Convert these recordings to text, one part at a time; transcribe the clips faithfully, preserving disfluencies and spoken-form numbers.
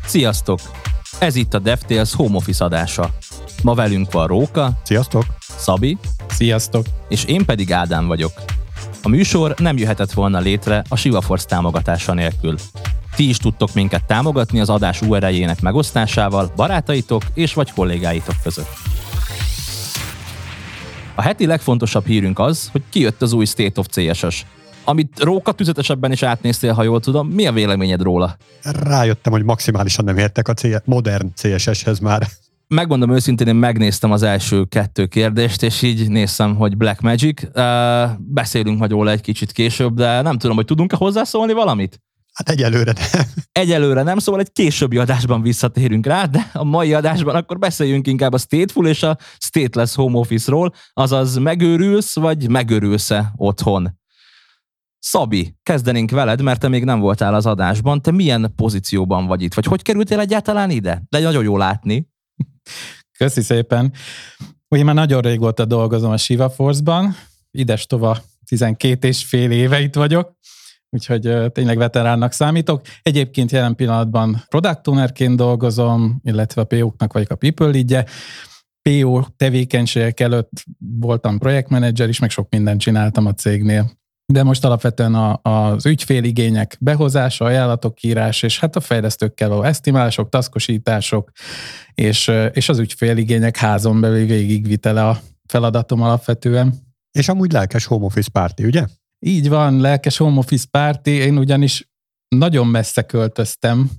Sziasztok! Ez itt a DevTales Home Office adása. Ma velünk van Róka. Sziasztok! Szabi. Sziasztok! És én pedig Ádám vagyok. A műsor nem jöhetett volna létre a ShivaForce támogatása nélkül. Ti is tudtok minket támogatni az adás u er el-jének megosztásával barátaitok és vagy kollégáitok között. A heti legfontosabb hírünk az, hogy kijött az új State of cé es es, amit Róka tüzetesebben is átnéztél, ha jól tudom. Mi a véleményed róla? Rájöttem, hogy maximálisan nem értek a C- modern cé es eshez már. Megmondom őszintén, én megnéztem az első kettő kérdést, és így néztem, hogy Black Magic. Uh, beszélünk majd róla egy kicsit később, de nem tudom, hogy tudunk-e hozzászólni valamit? Hát egyelőre nem. Egyelőre nem, szóval egy későbbi adásban visszatérünk rá, de a mai adásban akkor beszéljünk inkább a Stateful és a Stateless Home Office-ról, azaz megőrülsz, vagy megőrülsz-e otthon? Szabi, kezdenénk veled, mert te még nem voltál az adásban. Te milyen pozícióban vagy itt? Vagy hogy kerültél egyáltalán ide? De nagyon jó látni. Köszi szépen. Én már nagyon régóta dolgozom a ShivaForce-ban. Idestova tizenkét és fél éve itt vagyok, úgyhogy tényleg veteránnak számítok. Egyébként jelen pillanatban product ownerként dolgozom, illetve a pé ó-knak vagyok a people leadje. pé ó tevékenységek előtt voltam projektmenedzser is, meg sok mindent csináltam a cégnél. De most alapvetően a, az ügyféligények behozása, ajánlatok írás, és hát a fejlesztőkkel való esztimálások, taszkosítások, és, és az ügyféligények házon belül végigvitele a feladatom alapvetően. És amúgy lelkes home office party, ugye? Így van, lelkes home office party. Én ugyanis nagyon messze költöztem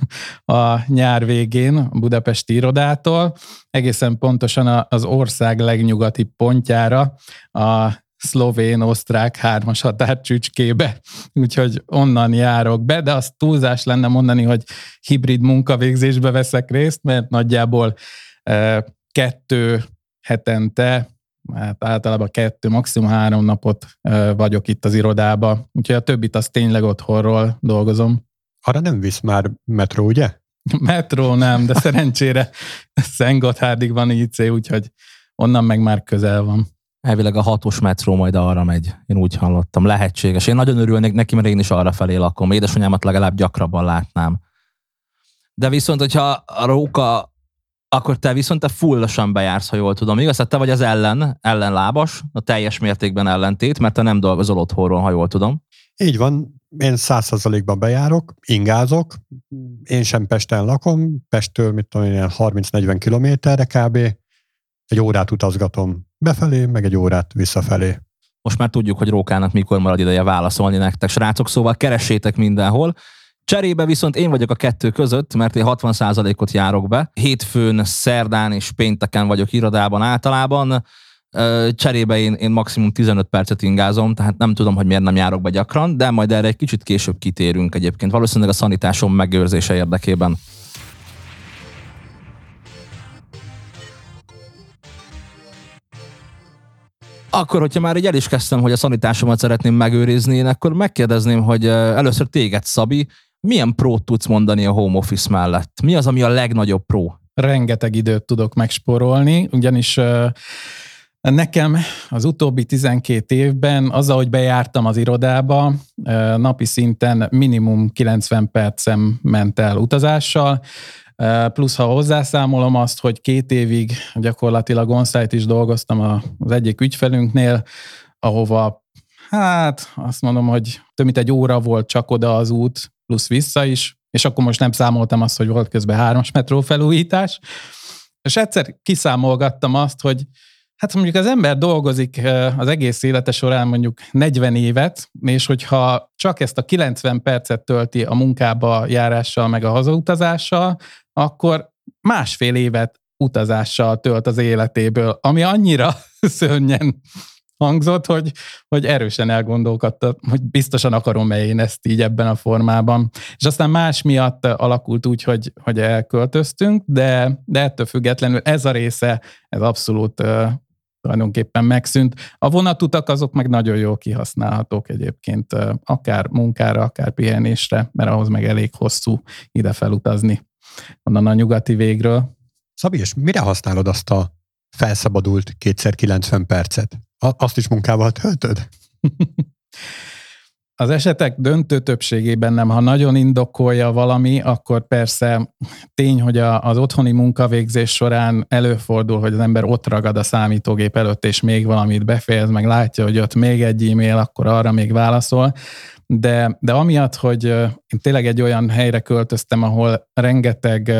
a nyár végén a budapesti irodától, egészen pontosan az ország legnyugati pontjára, a szlovén-osztrák hármas határcsücskébe, úgyhogy onnan járok be, de az túlzás lenne mondani, hogy hibrid munkavégzésbe veszek részt, mert nagyjából e, kettő hetente, hát általában kettő, maximum három napot e, vagyok itt az irodába, úgyhogy a többit az tényleg otthonról dolgozom. Arra nem visz már metró, ugye? Metró nem, de szerencsére Szent-Gotthárdig van i cé, úgyhogy onnan meg már közel van. Elvileg a hatos metró majd arra megy. Én úgy hallottam. Lehetséges. Én nagyon örülnék neki, mert én is arra felé lakom. Édesanyámat legalább gyakrabban látnám. De viszont, hogyha a Róka, akkor te viszont te fullosan bejársz, ha jól tudom. Igaz? Tehát te vagy az ellen, ellenlábas, a teljes mértékben ellentét, mert te nem dolgozol otthonról, ha jól tudom. Így van. Én száz százalékban bejárok, ingázok. Én sem Pesten lakom. Pesttől, mit tudom, ilyen harminc-negyven kilométerre kb. Egy órát utazgatom befelé, meg egy órát visszafelé. Most már tudjuk, hogy Rókának mikor marad ideje válaszolni nektek, srácok, szóval keressétek mindenhol. Cserébe viszont én vagyok a kettő között, mert én hatvan százalékot járok be. Hétfőn, szerdán és pénteken vagyok irodában általában. Cserébe én, én maximum tizenöt percet ingázom, tehát nem tudom, hogy miért nem járok be gyakran, de majd erre egy kicsit később kitérünk egyébként. Valószínűleg a szanitásom megőrzése érdekében. Akkor, hogyha már így el is kezdtem, hogy a szanitásomat szeretném megőrizni, én akkor megkérdezném, hogy először téged, Szabi, milyen prót tudsz mondani a home office mellett? Mi az, ami a legnagyobb pró? Rengeteg időt tudok megspórolni, ugyanis uh, nekem az utóbbi tizenkét évben az, ahogy bejártam az irodába, uh, napi szinten minimum kilencven percem ment el utazással, plusz ha hozzászámolom azt, hogy két évig gyakorlatilag on-site is dolgoztam az egyik ügyfelünknél, ahova hát azt mondom, hogy több mint egy óra volt csak oda az út, plusz vissza is, és akkor most nem számoltam azt, hogy volt közben hármas metró felújítás, és egyszer kiszámolgattam azt, hogy hát mondjuk az ember dolgozik az egész élete során mondjuk negyven évet, és hogyha csak ezt a kilencven percet tölti a munkába járással meg a hazautazással, akkor másfél évet utazással tölt az életéből, ami annyira szörnyen hangzott, hogy, hogy erősen elgondolkodtam, hogy biztosan akarom-e én ezt így ebben a formában. És aztán más miatt alakult úgy, hogy, hogy elköltöztünk, de, de ettől függetlenül ez a része, ez abszolút uh, tulajdonképpen megszűnt. A vonatutak azok meg nagyon jól kihasználhatók egyébként, uh, akár munkára, akár pihenésre, mert ahhoz meg elég hosszú ide felutazni onnan a nyugati végről. Szabi, és mire használod azt a felszabadult kétszer kilencven percet? Azt is munkával töltöd? Az esetek döntő többségében nem. Ha nagyon indokolja valami, akkor persze tény, hogy a, az otthoni munkavégzés során előfordul, hogy az ember ott ragad a számítógép előtt, és még valamit befejez, meg látja, hogy ott még egy e-mail, akkor arra még válaszol. De, de amiatt, hogy én tényleg egy olyan helyre költöztem, ahol rengeteg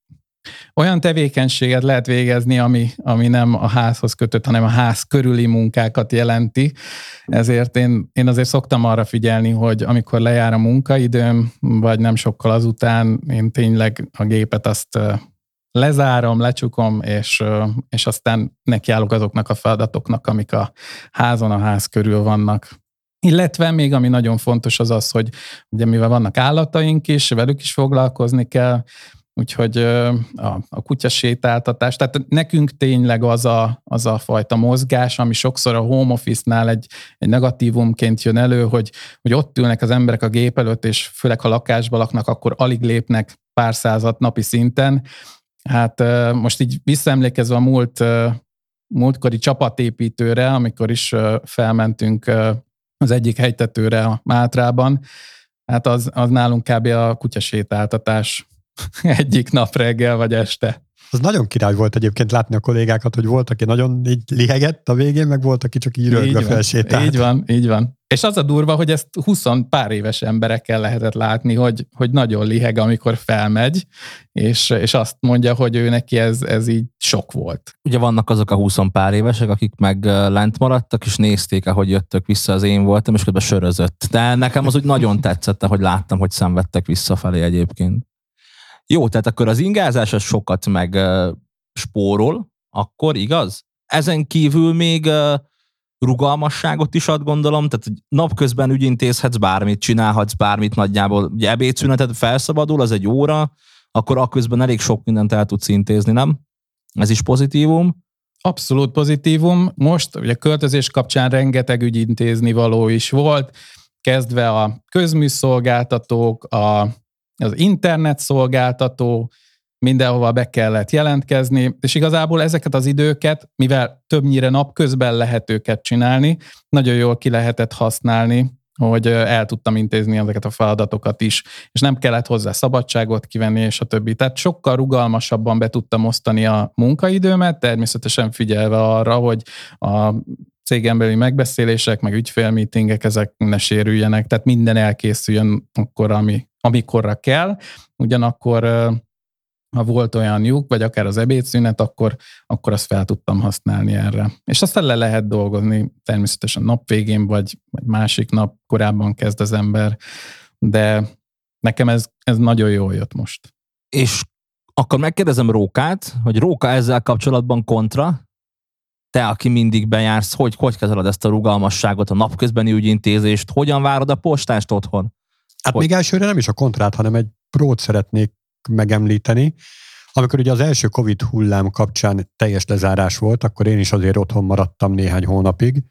olyan tevékenységet lehet végezni, ami, ami nem a házhoz kötött, hanem a ház körüli munkákat jelenti. Ezért én, én azért szoktam arra figyelni, hogy amikor lejár a munkaidőm, vagy nem sokkal azután, én tényleg a gépet azt lezárom, lecsukom, és, és aztán nekiállok azoknak a feladatoknak, amik a házon, a ház körül vannak. Illetve még ami nagyon fontos az az, hogy ugye mivel vannak állataink is, velük is foglalkozni kell, úgyhogy a, a kutyasétáltatás, tehát nekünk tényleg az a, az a fajta mozgás, ami sokszor a home office-nál egy, egy negatívumként jön elő, hogy, hogy ott ülnek az emberek a gép előtt, és főleg ha lakásba laknak, akkor alig lépnek pár százat napi szinten. Hát most így visszaemlékezve a múlt, múltkori csapatépítőre, amikor is felmentünk az egyik hegytetőre a Mátrában, hát az, az nálunk kb. A kutyasétáltatás egyik nap reggel vagy este. Az nagyon király volt egyébként látni a kollégákat, hogy volt, aki nagyon így lihegett a végén, meg volt, aki csak így rögve felsétált. Így van, így van. És az a durva, hogy ezt húsz pár éves emberekkel lehetett látni, hogy, hogy nagyon liheg, amikor felmegy, és, és azt mondja, hogy ő neki ez, ez így sok volt. Ugye vannak azok a húsz pár évesek, akik meg lent maradtak, és nézték, ahogy jöttök vissza, az én voltam, és közben sörözött. De nekem az úgy nagyon tetszett, hogy láttam, hogy szenvedtek visszafelé egyébként. Jó, tehát akkor az ingázás az sokat meg uh, spórol, akkor igaz? Ezen kívül még uh, rugalmasságot is ad, gondolom, tehát napközben ügyintézhetsz bármit, csinálhatsz bármit nagyjából, ugye ebédszünetet felszabadul, az egy óra, akkor akközben elég sok mindent el tudsz intézni, nem? Ez is pozitívum. Abszolút pozitívum. Most ugye költözés kapcsán rengeteg ügyintézni való is volt, kezdve a közműszolgáltatók, a az internetszolgáltató, mindenhova be kellett jelentkezni, és igazából ezeket az időket, mivel többnyire napközben lehet őket csinálni, nagyon jól ki lehetett használni, hogy el tudtam intézni ezeket a feladatokat is, és nem kellett hozzá szabadságot kivenni, és a többi. Tehát sokkal rugalmasabban be tudtam osztani a munkaidőmet, természetesen figyelve arra, hogy a cégembeli megbeszélések, meg ügyfélmeetingek, ezek ne sérüljenek, tehát minden elkészüljön akkor, ami, amikorra kell. Ugyanakkor, ha volt olyan lyuk, vagy akár az ebédszünet, akkor, akkor azt fel tudtam használni erre. És aztán le lehet dolgozni, természetesen nap végén, vagy, vagy másik nap korábban kezd az ember, de nekem ez, ez nagyon jól jött most. És akkor megkérdezem Rókát, hogy Róka ezzel kapcsolatban kontra, te, aki mindig bejársz, hogy, hogy kezeled ezt a rugalmasságot, a napközbeni ügyintézést, hogyan várod a postást otthon? Hát hogy... még elsőre nem is a kontrát, hanem egy prót szeretnék megemlíteni. Amikor ugye az első Covid hullám kapcsán teljes lezárás volt, akkor én is azért otthon maradtam néhány hónapig,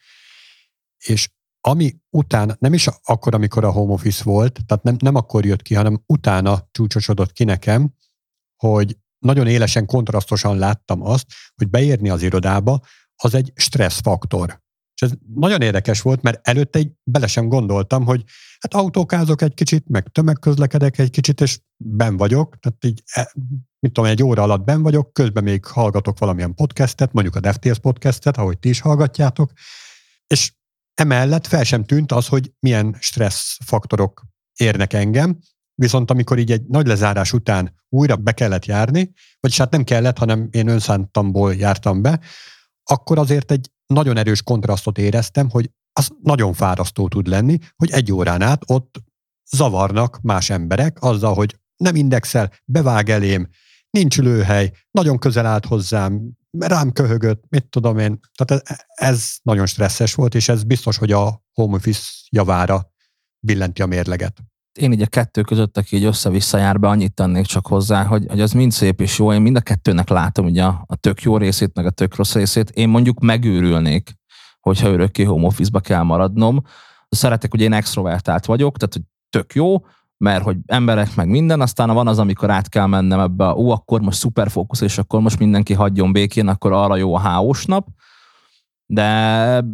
és ami után, nem is akkor, amikor a home office volt, tehát nem, nem akkor jött ki, hanem utána csúcsosodott ki nekem, hogy nagyon élesen, kontrasztosan láttam azt, hogy beérni az irodába, az egy stresszfaktor. És ez nagyon érdekes volt, mert előtte így bele sem gondoltam, hogy hát autókázok egy kicsit, meg tömegközlekedek egy kicsit, és benn vagyok, tehát így, mit tudom, egy óra alatt benn vagyok, közben még hallgatok valamilyen podcastet, mondjuk a DevTales podcastet, ahogy ti is hallgatjátok, és emellett fel sem tűnt az, hogy milyen stresszfaktorok érnek engem, viszont amikor így egy nagy lezárás után újra be kellett járni, vagyis hát nem kellett, hanem én önszántamból jártam be, akkor azért egy nagyon erős kontrasztot éreztem, hogy az nagyon fárasztó tud lenni, hogy egy órán át ott zavarnak más emberek azzal, hogy nem indexel, bevág elém, nincs ülőhely, nagyon közel állt hozzám, rám köhögött, mit tudom én. Tehát ez nagyon stresszes volt, és ez biztos, hogy a home office javára billenti a mérleget. Én így a kettő között, aki így össze-vissza jár be, annyit tennék csak hozzá, hogy, hogy az mind szép és jó. Én mind a kettőnek látom ugye a, a tök jó részét, meg a tök rossz részét. Én mondjuk megőrülnék, hogyha örökké home office-ba kell maradnom. Szeretek, ugye én extrovertált vagyok, tehát hogy tök jó, mert hogy emberek meg minden, aztán van az, amikor át kell mennem ebbe, ó, akkor most szuper fókusz, és akkor most mindenki hagyjon békén, akkor arra jó a há ó-s nap. De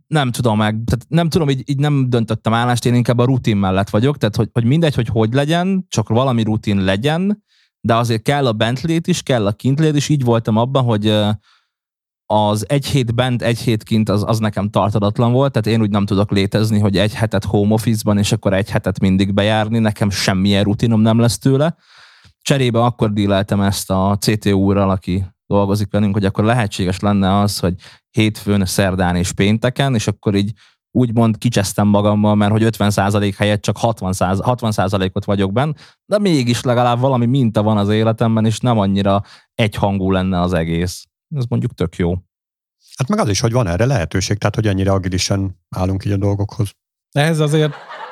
nem tudom meg, tehát nem tudom, így, így nem döntöttem állást, én inkább a rutin mellett vagyok, tehát hogy, hogy mindegy, hogy hogy legyen, csak valami rutin legyen, de azért kell a bentlét is, kell a kintlét is, így voltam abban, hogy az egy hét bent, egy hét kint, az, az nekem tartadatlan volt, tehát én úgy nem tudok létezni, hogy egy hetet home office-ban, és akkor egy hetet mindig bejárni, nekem semmilyen rutinom nem lesz tőle. Cserébe akkor díleltem ezt a cé té úrral, aki dolgozik velünk, hogy akkor lehetséges lenne az, hogy hétfőn, szerdán és pénteken, és akkor így úgymond kicsesztem magammal, mert hogy ötven százalék helyett csak hatvan százalékot vagyok benne, de mégis legalább valami minta van az életemben, és nem annyira egyhangú lenne az egész. Ez mondjuk tök jó. Hát meg az is, hogy van erre lehetőség, tehát hogy ennyire agilisen állunk így a dolgokhoz. Ez azért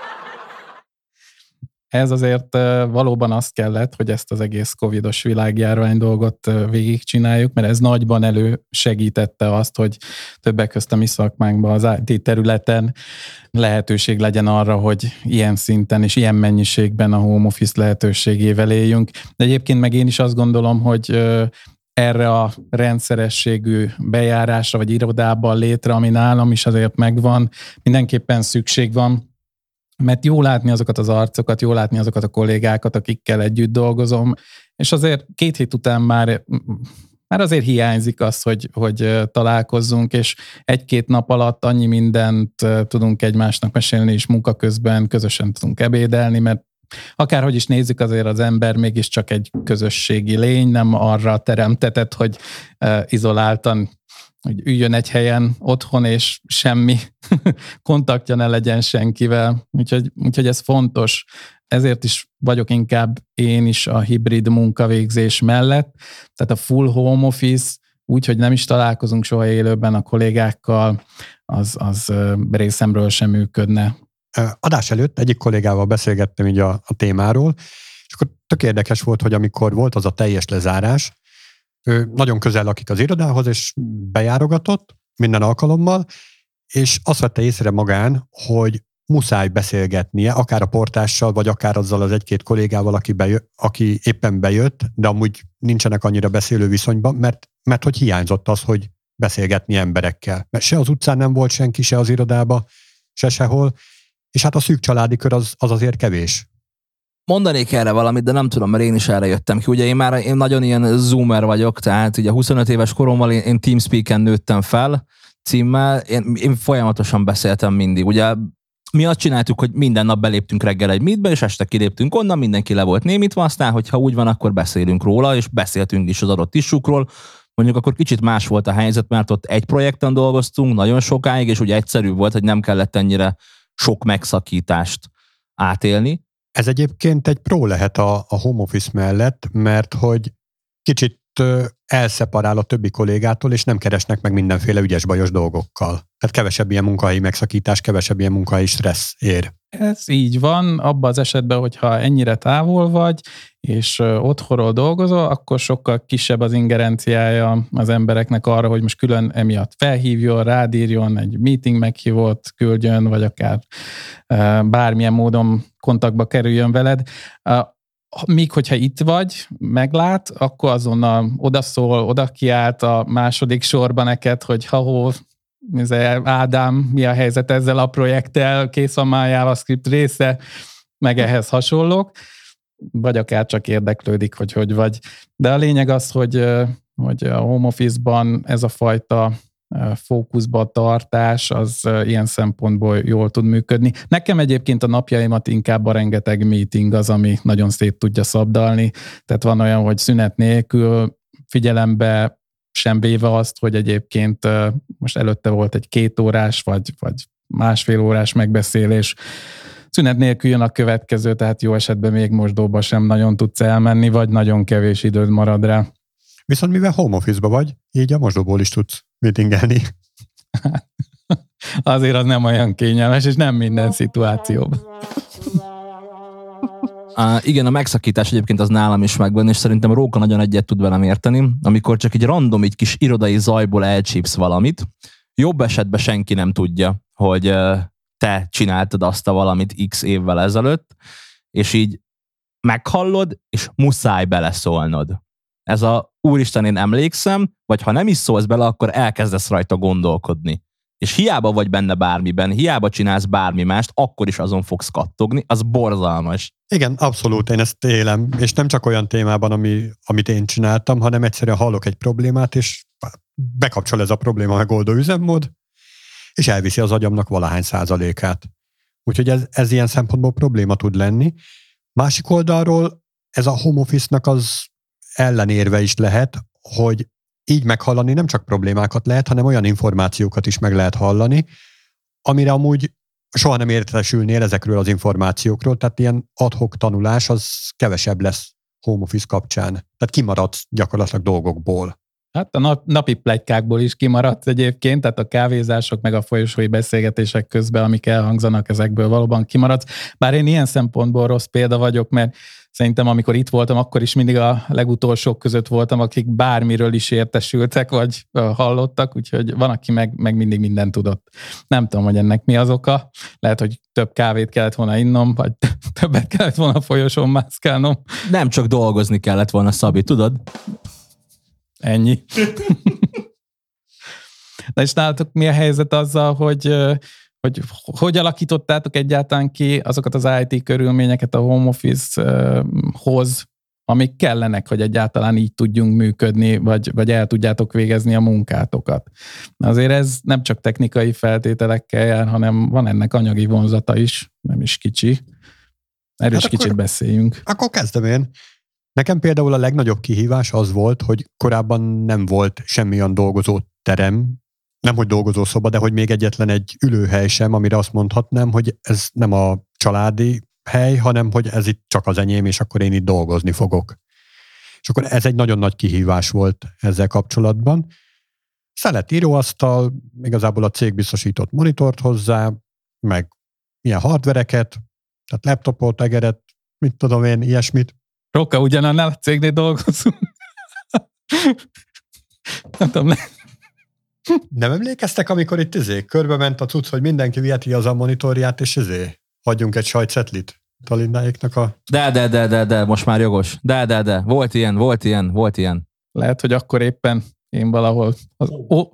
Ez azért valóban azt kellett, hogy ezt az egész covidos világjárvány dolgot végigcsináljuk, mert ez nagyban elősegítette azt, hogy többek közt a mi szakmánkban, az í té területen lehetőség legyen arra, hogy ilyen szinten és ilyen mennyiségben a home office lehetőségével éljünk. De egyébként meg én is azt gondolom, hogy erre a rendszerességű bejárásra vagy irodában létre, ami nálam is azért megvan, mindenképpen szükség van, mert jó látni azokat az arcokat, jó látni azokat a kollégákat, akikkel együtt dolgozom, és azért két hét után már, már azért hiányzik az, hogy, hogy találkozzunk, és egy-két nap alatt annyi mindent tudunk egymásnak mesélni, és munka közben közösen tudunk ebédelni, mert akárhogy is nézzük, azért az ember mégiscsak egy közösségi lény, nem arra teremtetett, hogy izoláltan hogy üljön egy helyen otthon, és semmi kontaktja ne legyen senkivel. Úgyhogy, úgyhogy ez fontos. Ezért is vagyok inkább én is a hibrid munkavégzés mellett. Tehát a full home office, úgyhogy nem is találkozunk soha élőben a kollégákkal, az, az részemről sem működne. Adás előtt egyik kollégával beszélgettem így a, a témáról, és akkor tök érdekes volt, hogy amikor volt az a teljes lezárás, ő nagyon közel lakik az irodához, és bejárogatott minden alkalommal, és azt vette észre magán, hogy muszáj beszélgetnie, akár a portással, vagy akár azzal az egy-két kollégával, aki, bejö, aki éppen bejött, de amúgy nincsenek annyira beszélő viszonyban, mert, mert hogy hiányzott az, hogy beszélgetni emberekkel. Mert se az utcán nem volt senki, se az irodába, se sehol, és hát a szűk családi kör az, az azért kevés. Mondanék erre valamit, de nem tudom, mert én is erre jöttem ki. Ugye én már én nagyon ilyen zoomer vagyok, tehát ugye huszonöt éves korommal én, én TeamSpeak-en nőttem fel címmel, én, én folyamatosan beszéltem mindig. Ugye mi azt csináltuk, hogy minden nap beléptünk reggel egy meetbe, és este kiléptünk onnan, mindenki le volt némítva, aztán, hogyha úgy van, akkor beszélünk róla, és beszéltünk is az adott issukról. Mondjuk akkor kicsit más volt a helyzet, mert ott egy projekten dolgoztunk nagyon sokáig, és ugye egyszerű volt, hogy nem kellett ennyire sok megszakítást átélni. Ez egyébként egy pró lehet a, a home office mellett, mert hogy kicsit elszeparál a többi kollégától, és nem keresnek meg mindenféle ügyes-bajos dolgokkal. Tehát kevesebb ilyen munkahelyi megszakítás, kevesebb ilyen munkahelyi stressz ér. Ez így van, abban az esetben, hogyha ennyire távol vagy, és otthonról dolgozol, akkor sokkal kisebb az ingerenciája az embereknek arra, hogy most külön emiatt felhívjon, rádírjon, egy meeting meghívót küldjön, vagy akár bármilyen módon kontaktba kerüljön veled. Míg, hogyha itt vagy, meglát, akkor azonnal odaszól, oda kiált a második sorba neked, hogy ha-hó, Ádám, mi a helyzet ezzel a projekttel, kész van már JavaScript része, meg ehhez hasonlók, vagy akár csak érdeklődik, hogy hogy vagy. De a lényeg az, hogy, hogy a home office-ban ez a fajta fókuszba tartás, az ilyen szempontból jól tud működni. Nekem egyébként a napjaimat inkább a rengeteg meeting az, ami nagyon szét tudja szabdalni. Tehát van olyan, hogy szünet nélkül figyelembe sem véve azt, hogy egyébként most előtte volt egy két órás, vagy, vagy másfél órás megbeszélés. Szünet nélkül jön a következő, tehát jó esetben még mosdóba sem nagyon tudsz elmenni, vagy nagyon kevés időd marad rá. Viszont mivel home office-ba vagy, így a mosdóból is tudsz meetingelni. Azért az nem olyan kényelmes, és nem minden szituációban. Uh, igen, a megszakítás egyébként az nálam is megvan, és szerintem Róka nagyon egyet tud velem érteni, amikor csak egy random, egy kis irodai zajból elcsípsz valamit. Jobb esetben senki nem tudja, hogy uh, te csináltad azt a valamit x évvel ezelőtt, és így meghallod, és muszáj beleszólnod. Ez a úristen, én emlékszem, vagy ha nem is szólsz bele, akkor elkezdesz rajta gondolkodni. és hiába vagy benne bármiben, hiába csinálsz bármi mást, akkor is azon fogsz kattogni, az borzalmas. Igen, abszolút, én ezt élem, és nem csak olyan témában, ami, amit én csináltam, hanem egyszerűen hallok egy problémát, és bekapcsol ez a probléma megoldó üzemmód, és elviszi az agyamnak valahány százalékát. Úgyhogy ez, ez ilyen szempontból probléma tud lenni. Másik oldalról ez a home office-nak az ellenérve is lehet, hogy így meghallani nem csak problémákat lehet, hanem olyan információkat is meg lehet hallani, amire amúgy soha nem értesülnél ezekről az információkról, tehát ilyen ad-hoc tanulás az kevesebb lesz home office kapcsán. Tehát kimaradsz gyakorlatilag dolgokból. Hát a nap, napi pletykákból is kimaradt egyébként, tehát a kávézások meg a folyosói beszélgetések közben, amik elhangzanak, ezekből valóban kimaradsz. Bár én ilyen szempontból rossz példa vagyok, mert szerintem amikor itt voltam, akkor is mindig a legutolsók között voltam, akik bármiről is értesültek, vagy hallottak, úgyhogy van, aki meg, meg mindig mindent tudott. Nem tudom, hogy ennek mi az oka. Lehet, hogy több kávét kellett volna innom, vagy többet kellett volna folyosón mászkálnom. Nem csak dolgozni kellett volna, Szabi, tudod? Ennyi. Na és nálatok mi a helyzet azzal, hogy, hogy hogy alakítottátok egyáltalán ki azokat az i té körülményeket a home office-hoz, amik kellenek, hogy egyáltalán így tudjunk működni, vagy, vagy el tudjátok végezni a munkátokat. Azért ez nem csak technikai feltételekkel jár, hanem van ennek anyagi vonzata is, nem is kicsi. Erről is hát kicsit beszéljünk. Akkor kezdem én. Nekem például a legnagyobb kihívás az volt, hogy korábban nem volt semmilyen dolgozó terem, nem hogy dolgozószoba, de hogy még egyetlen egy ülőhely sem, amire azt mondhatnám, hogy ez nem a családi hely, hanem hogy ez itt csak az enyém, és akkor én itt dolgozni fogok. És akkor ez egy nagyon nagy kihívás volt ezzel kapcsolatban. Szelet íróasztal, igazából a cég biztosított monitort hozzá, meg ilyen hardvereket, tehát laptopot, egeret, mit tudom én, ilyesmit. Roka, ugyanannál a cégnél dolgozunk. Nem tudom, nem. Nem emlékeztek, amikor itt izé, körbe ment a cucc, hogy mindenki viheti az a monitorját, és izé, hagyjunk egy sajtcetlit Talindáéknak a... De, de, de, de, de, most már jogos. De, de, de, volt ilyen, volt ilyen, volt ilyen. Lehet, hogy akkor éppen én valahol az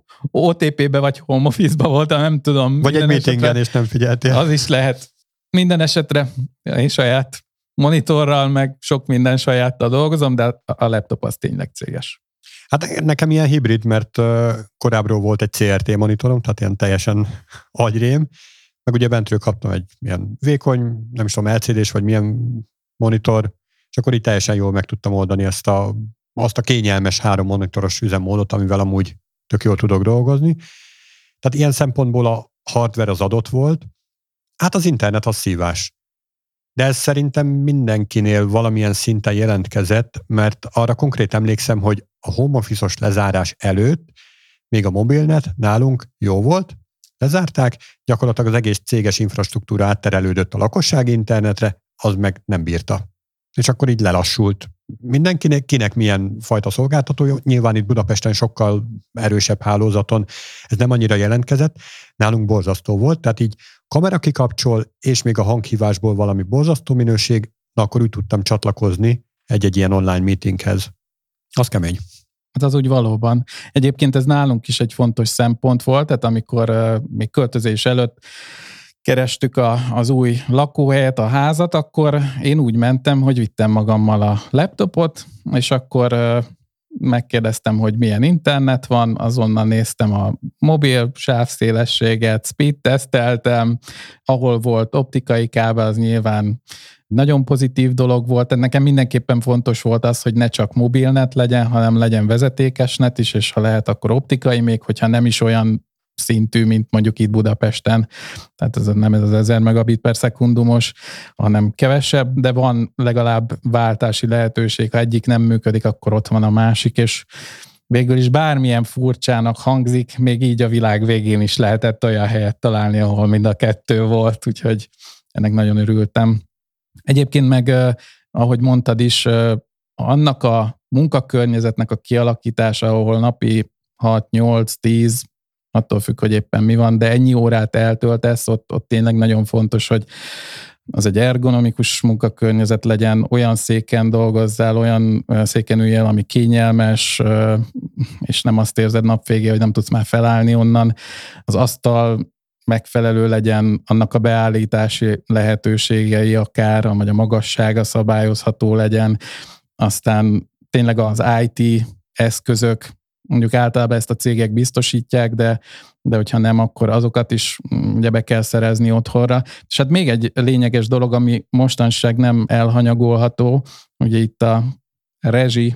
o té pé-be vagy home office-ba voltam, nem tudom. Vagy egy meetingen, és nem figyeltél. Az is lehet. Minden esetre én saját monitorral, meg sok minden sajáttal dolgozom, de a laptop az tényleg céges. Hát nekem ilyen hibrid, mert uh, korábbról volt egy cé er té monitorom, tehát ilyen teljesen agyrém, meg ugye bentről kaptam egy ilyen vékony, nem is tudom, el cé dés, vagy milyen monitor, és akkor így teljesen jól meg tudtam oldani ezt a, azt a kényelmes három monitoros üzemmódot, amivel amúgy tök jól tudok dolgozni. Tehát ilyen szempontból a hardware az adott volt. Hát az internet az szívás. De ez szerintem mindenkinél valamilyen szinten jelentkezett, mert arra konkrét emlékszem, hogy a home office-os lezárás előtt még a mobilnet nálunk jó volt, lezárták, gyakorlatilag az egész céges infrastruktúra átterelődött a lakossági internetre, az meg nem bírta. És akkor így lelassult. Mindenkinek, kinek milyen fajta szolgáltató, nyilván itt Budapesten sokkal erősebb hálózaton ez nem annyira jelentkezett, nálunk borzasztó volt, tehát így kamera kikapcsol, és még a hanghívásból valami borzasztó minőség, na akkor úgy tudtam csatlakozni egy-egy ilyen online meetinghez. Az kemény. Hát az úgy valóban. Egyébként ez nálunk is egy fontos szempont volt, tehát amikor uh, még költözés előtt kerestük a, az új lakóhelyet, a házat, akkor én úgy mentem, hogy vittem magammal a laptopot, és akkor uh, megkérdeztem, hogy milyen internet van, azonnal néztem a mobil sávszélességet, speed teszteltem, ahol volt optikai kábel, az nyilván nagyon pozitív dolog volt. Nekem mindenképpen fontos volt az, hogy ne csak mobilnet legyen, hanem legyen vezetékes net is, és ha lehet, akkor optikai, még hogyha nem is olyan szintű, mint mondjuk itt Budapesten. Tehát ez nem ez az ezer megabit per szekundumos, hanem kevesebb, de van legalább váltási lehetőség. Ha egyik nem működik, akkor ott van a másik, és végül is bármilyen furcsának hangzik, még így a világ végén is lehetett olyan helyet találni, ahol mind a kettő volt, úgyhogy ennek nagyon örültem. Egyébként meg, ahogy mondtad is, annak a munkakörnyezetnek a kialakítása, ahol napi hat, nyolc, tíz, attól függ, hogy éppen mi van, de ennyi órát eltöltesz, ott, ott tényleg nagyon fontos, hogy az egy ergonomikus munkakörnyezet legyen, olyan széken dolgozzál, olyan széken üljél, ami kényelmes, és nem azt érzed nap végé, hogy nem tudsz már felállni onnan. Az asztal megfelelő legyen, annak a beállítási lehetőségei akár, vagy a magassága szabályozható legyen. Aztán tényleg az i té eszközök, mondjuk általában ezt a cégek biztosítják, de, de hogyha nem, akkor azokat is ugye be kell szerezni otthonra. És hát még egy lényeges dolog, ami mostanság nem elhanyagolható, ugye itt a rezsi.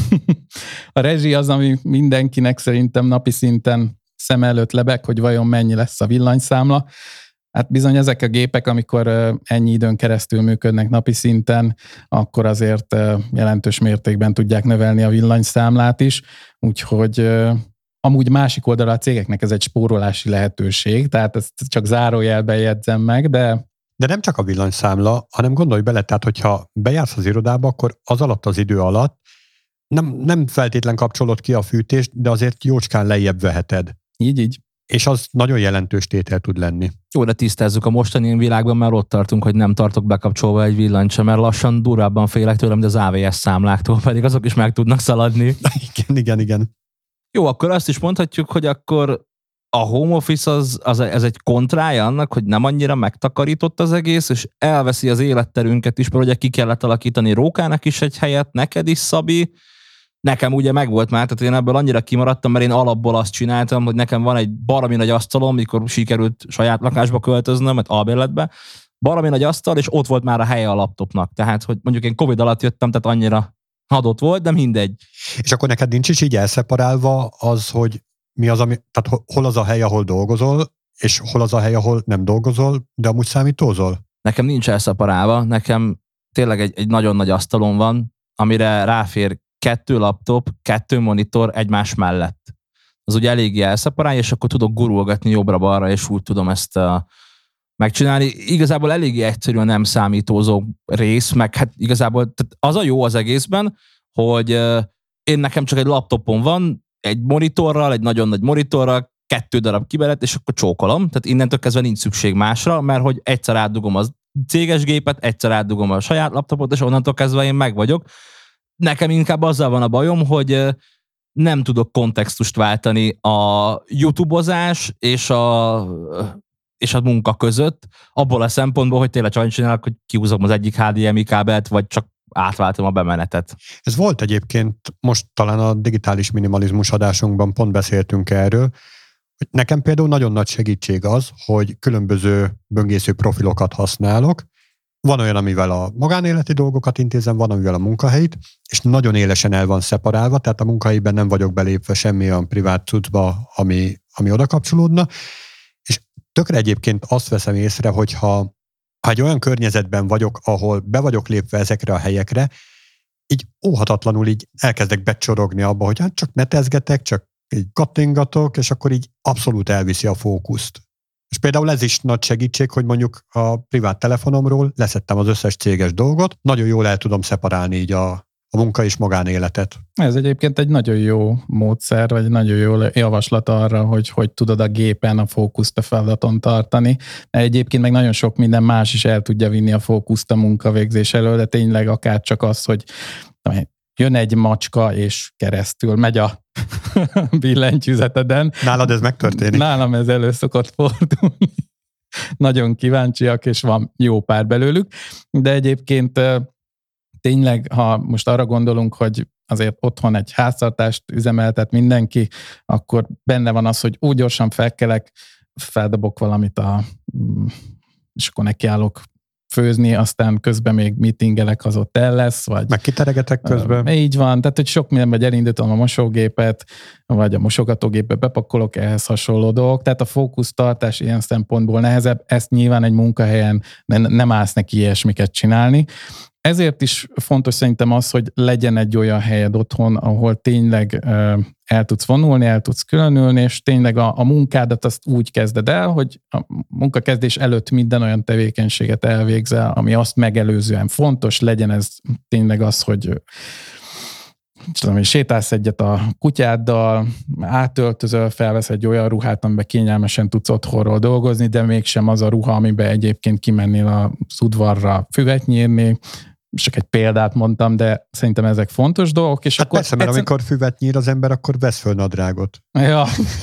A rezsi az, ami mindenkinek szerintem napi szinten szem előtt lebeg, hogy vajon mennyi lesz a villanyszámla. Hát bizony ezek a gépek, amikor ennyi időn keresztül működnek napi szinten, akkor azért jelentős mértékben tudják növelni a villanyszámlát is, úgyhogy amúgy másik oldalra a cégeknek ez egy spórolási lehetőség, tehát ezt csak zárójelben jegyzem meg, de... De nem csak a villanyszámla, hanem gondolj bele, tehát hogyha bejársz az irodába, akkor az alatt az idő alatt nem, nem feltétlen kapcsolod ki a fűtést, de azért jócskán lejjebb veheted. Így, így. És az nagyon jelentős tétel tud lenni. Jó, de tisztázzuk, a mostani világban már ott tartunk, hogy nem tartok bekapcsolva egy villanyt sem, mert lassan durvábban félek tőlem, mint az á vé es számláktól, pedig azok is meg tudnak szaladni. Igen, igen, igen. Jó, akkor azt is mondhatjuk, hogy akkor a home office az, az ez egy kontrája annak, hogy nem annyira megtakarított az egész, és elveszi az életterünket is, mert ugye ki kellett alakítani Rókának is egy helyet, neked is, Szabi. Nekem ugye megvolt már, tehát én ebből annyira kimaradtam, mert én alapból azt csináltam, hogy nekem van egy baromi nagy asztalom, mikor sikerült saját lakásba költöznöm, vagy albérletbe, baromi nagy asztal, és ott volt már a helye a laptopnak. Tehát, hogy mondjuk én Covid alatt jöttem, tehát annyira adott volt, de mindegy. És akkor neked nincs is így elszeparálva az, hogy mi az, ami, tehát hol az a hely, ahol dolgozol, és hol az a hely, ahol nem dolgozol, de amúgy számítózol? Nekem nincs elszeparálva, nekem tényleg egy, egy nagyon nagy asztalom van, amire ráfér kettő laptop, kettő monitor egymás mellett. Az ugye eléggé elszeparálja, és akkor tudok gurulgatni jobbra-balra, és úgy tudom ezt uh, megcsinálni. Igazából eléggé egyszerű a nem számítózó rész, meg hát igazából az a jó az egészben, hogy uh, én nekem csak egy laptopom van, egy monitorral, egy nagyon nagy monitorral, kettő darab kibelet, és akkor csókolom. Tehát innentől kezdve nincs szükség másra, mert hogy egyszer átdugom a céges gépet, egyszer átdugom a saját laptopot, és onnantól kezdve én meg vagyok. Nekem inkább azzal van a bajom, hogy nem tudok kontextust váltani a YouTube-ozás és a, és a munka között, abból a szempontból, hogy tényleg csak csinálok, hogy kihúzom az egyik há dé em i kábelt, vagy csak átváltom a bemenetet. Ez volt egyébként, most talán a digitális minimalizmus adásunkban pont beszéltünk erről, hogy nekem például nagyon nagy segítség az, hogy különböző böngésző profilokat használok. Van olyan, amivel a magánéleti dolgokat intézem, van, amivel a munkahelyit, és nagyon élesen el van szeparálva, tehát a munkahelyben nem vagyok belépve semmi olyan privát cuccba, ami, ami oda kapcsolódna, és tökre egyébként azt veszem észre, hogyha ha egy olyan környezetben vagyok, ahol be vagyok lépve ezekre a helyekre, így óhatatlanul így elkezdek becsorogni abba, hogy hát csak netezgetek, csak így kattingatok, és akkor így abszolút elviszi a fókuszt. És például ez is nagy segítség, hogy mondjuk a privát telefonomról leszettem az összes céges dolgot, nagyon jól el tudom szeparálni így a, a munka és magánéletet. Ez egyébként egy nagyon jó módszer, vagy nagyon jó javaslat arra, hogy hogy tudod a gépen a fókuszt a feladaton tartani. Egyébként meg nagyon sok minden más is el tudja vinni a fókuszt a munkavégzés elől, de tényleg akár csak az, hogy jön egy macska, és keresztül megy a billentyűzeteden. Nálad ez megtörténik? Nálam ez elő szokott fordulni. Nagyon kíváncsiak, és van jó pár belőlük. De egyébként tényleg, ha most arra gondolunk, hogy azért otthon egy háztartást üzemeltet mindenki, akkor benne van az, hogy úgy gyorsan felkelek, feldobok valamit, a, és akkor nekiállok főzni, aztán közben még meetingelek, az ott el lesz, vagy... Meg kiteregetek közben. Így van, tehát hogy sok minden, vagy elindítom a mosógépet, vagy a mosogatógépbe bepakolok, ehhez hasonló dolgok, tehát a fókusztartás ilyen szempontból nehezebb, ezt nyilván egy munkahelyen nem állsz neki ilyesmiket csinálni. Ezért is fontos szerintem az, hogy legyen egy olyan helyed otthon, ahol tényleg el tudsz vonulni, el tudsz különülni, és tényleg a, a munkádat azt úgy kezded el, hogy a munkakezdés előtt minden olyan tevékenységet elvégzel, ami azt megelőzően fontos, legyen ez tényleg az, hogy tudom, hogy sétálsz egyet a kutyáddal, átöltözöl, felvesz egy olyan ruhát, amiben kényelmesen tudsz otthonról dolgozni, de mégsem az a ruha, amiben egyébként kimennél az udvarra füvet nyírni. Csak egy példát mondtam, de szerintem ezek fontos dolgok. És hát akkor persze, mert egyszer... amikor füvet nyír az ember, akkor vesz föl nadrágot. Ja.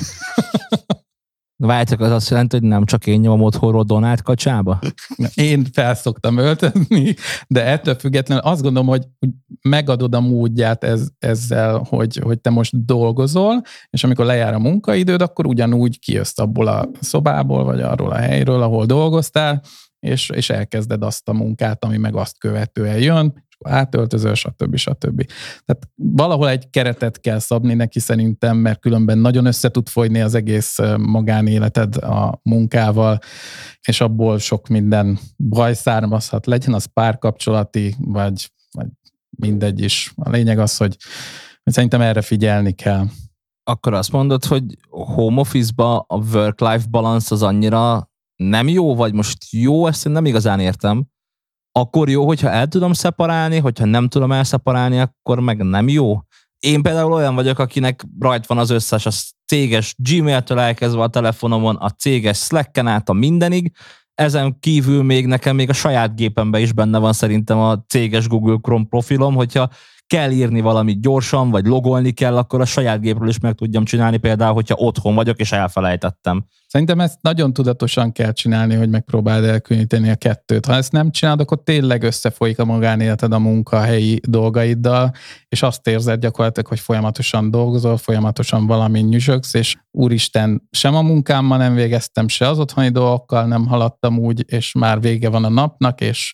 Várjátok, az azt jelenti, hogy nem csak én nyomom otthonról Donát kacsába? Én felszoktam öltözni, de ettől függetlenül azt gondolom, hogy megadod a módját ez, ezzel, hogy, hogy te most dolgozol, és amikor lejár a munkaidőd, akkor ugyanúgy kijössz abból a szobából, vagy arról a helyről, ahol dolgoztál, és, és elkezded azt a munkát, ami meg azt követően jön, és átöltözöl, stb. stb. Tehát valahol egy keretet kell szabni neki szerintem, mert különben nagyon össze tud folyni az egész magánéleted a munkával, és abból sok minden baj származhat, legyen az párkapcsolati, vagy, vagy mindegy is. A lényeg az, hogy, hogy szerintem erre figyelni kell. Akkor azt mondod, hogy home office-ba a work-life balance az annyira nem jó, vagy most jó, ezt nem igazán értem. Akkor jó, hogyha el tudom szeparálni, hogyha nem tudom elszeparálni, akkor meg nem jó. Én például olyan vagyok, akinek rajt van az összes, a céges Gmail-től elkezdve a telefonomon, a céges Slacken át a mindenig, ezen kívül még nekem még a saját gépemben is benne van szerintem a céges Google Chrome profilom, hogyha kell írni valamit gyorsan, vagy logolni kell, akkor a saját gépről is meg tudjam csinálni, például, hogyha otthon vagyok, és elfelejtettem. Szerintem ezt nagyon tudatosan kell csinálni, hogy megpróbáld elkülöníteni a kettőt. Ha ezt nem csinálod, akkor tényleg összefolyik a magánéleted a munkahelyi dolgaiddal, és azt érzed gyakorlatilag, hogy folyamatosan dolgozol, folyamatosan valamin nyüzsögsz, és úristen, sem a munkámmal nem végeztem, se az otthoni dolgokkal nem haladtam úgy, és már vége van a napnak, és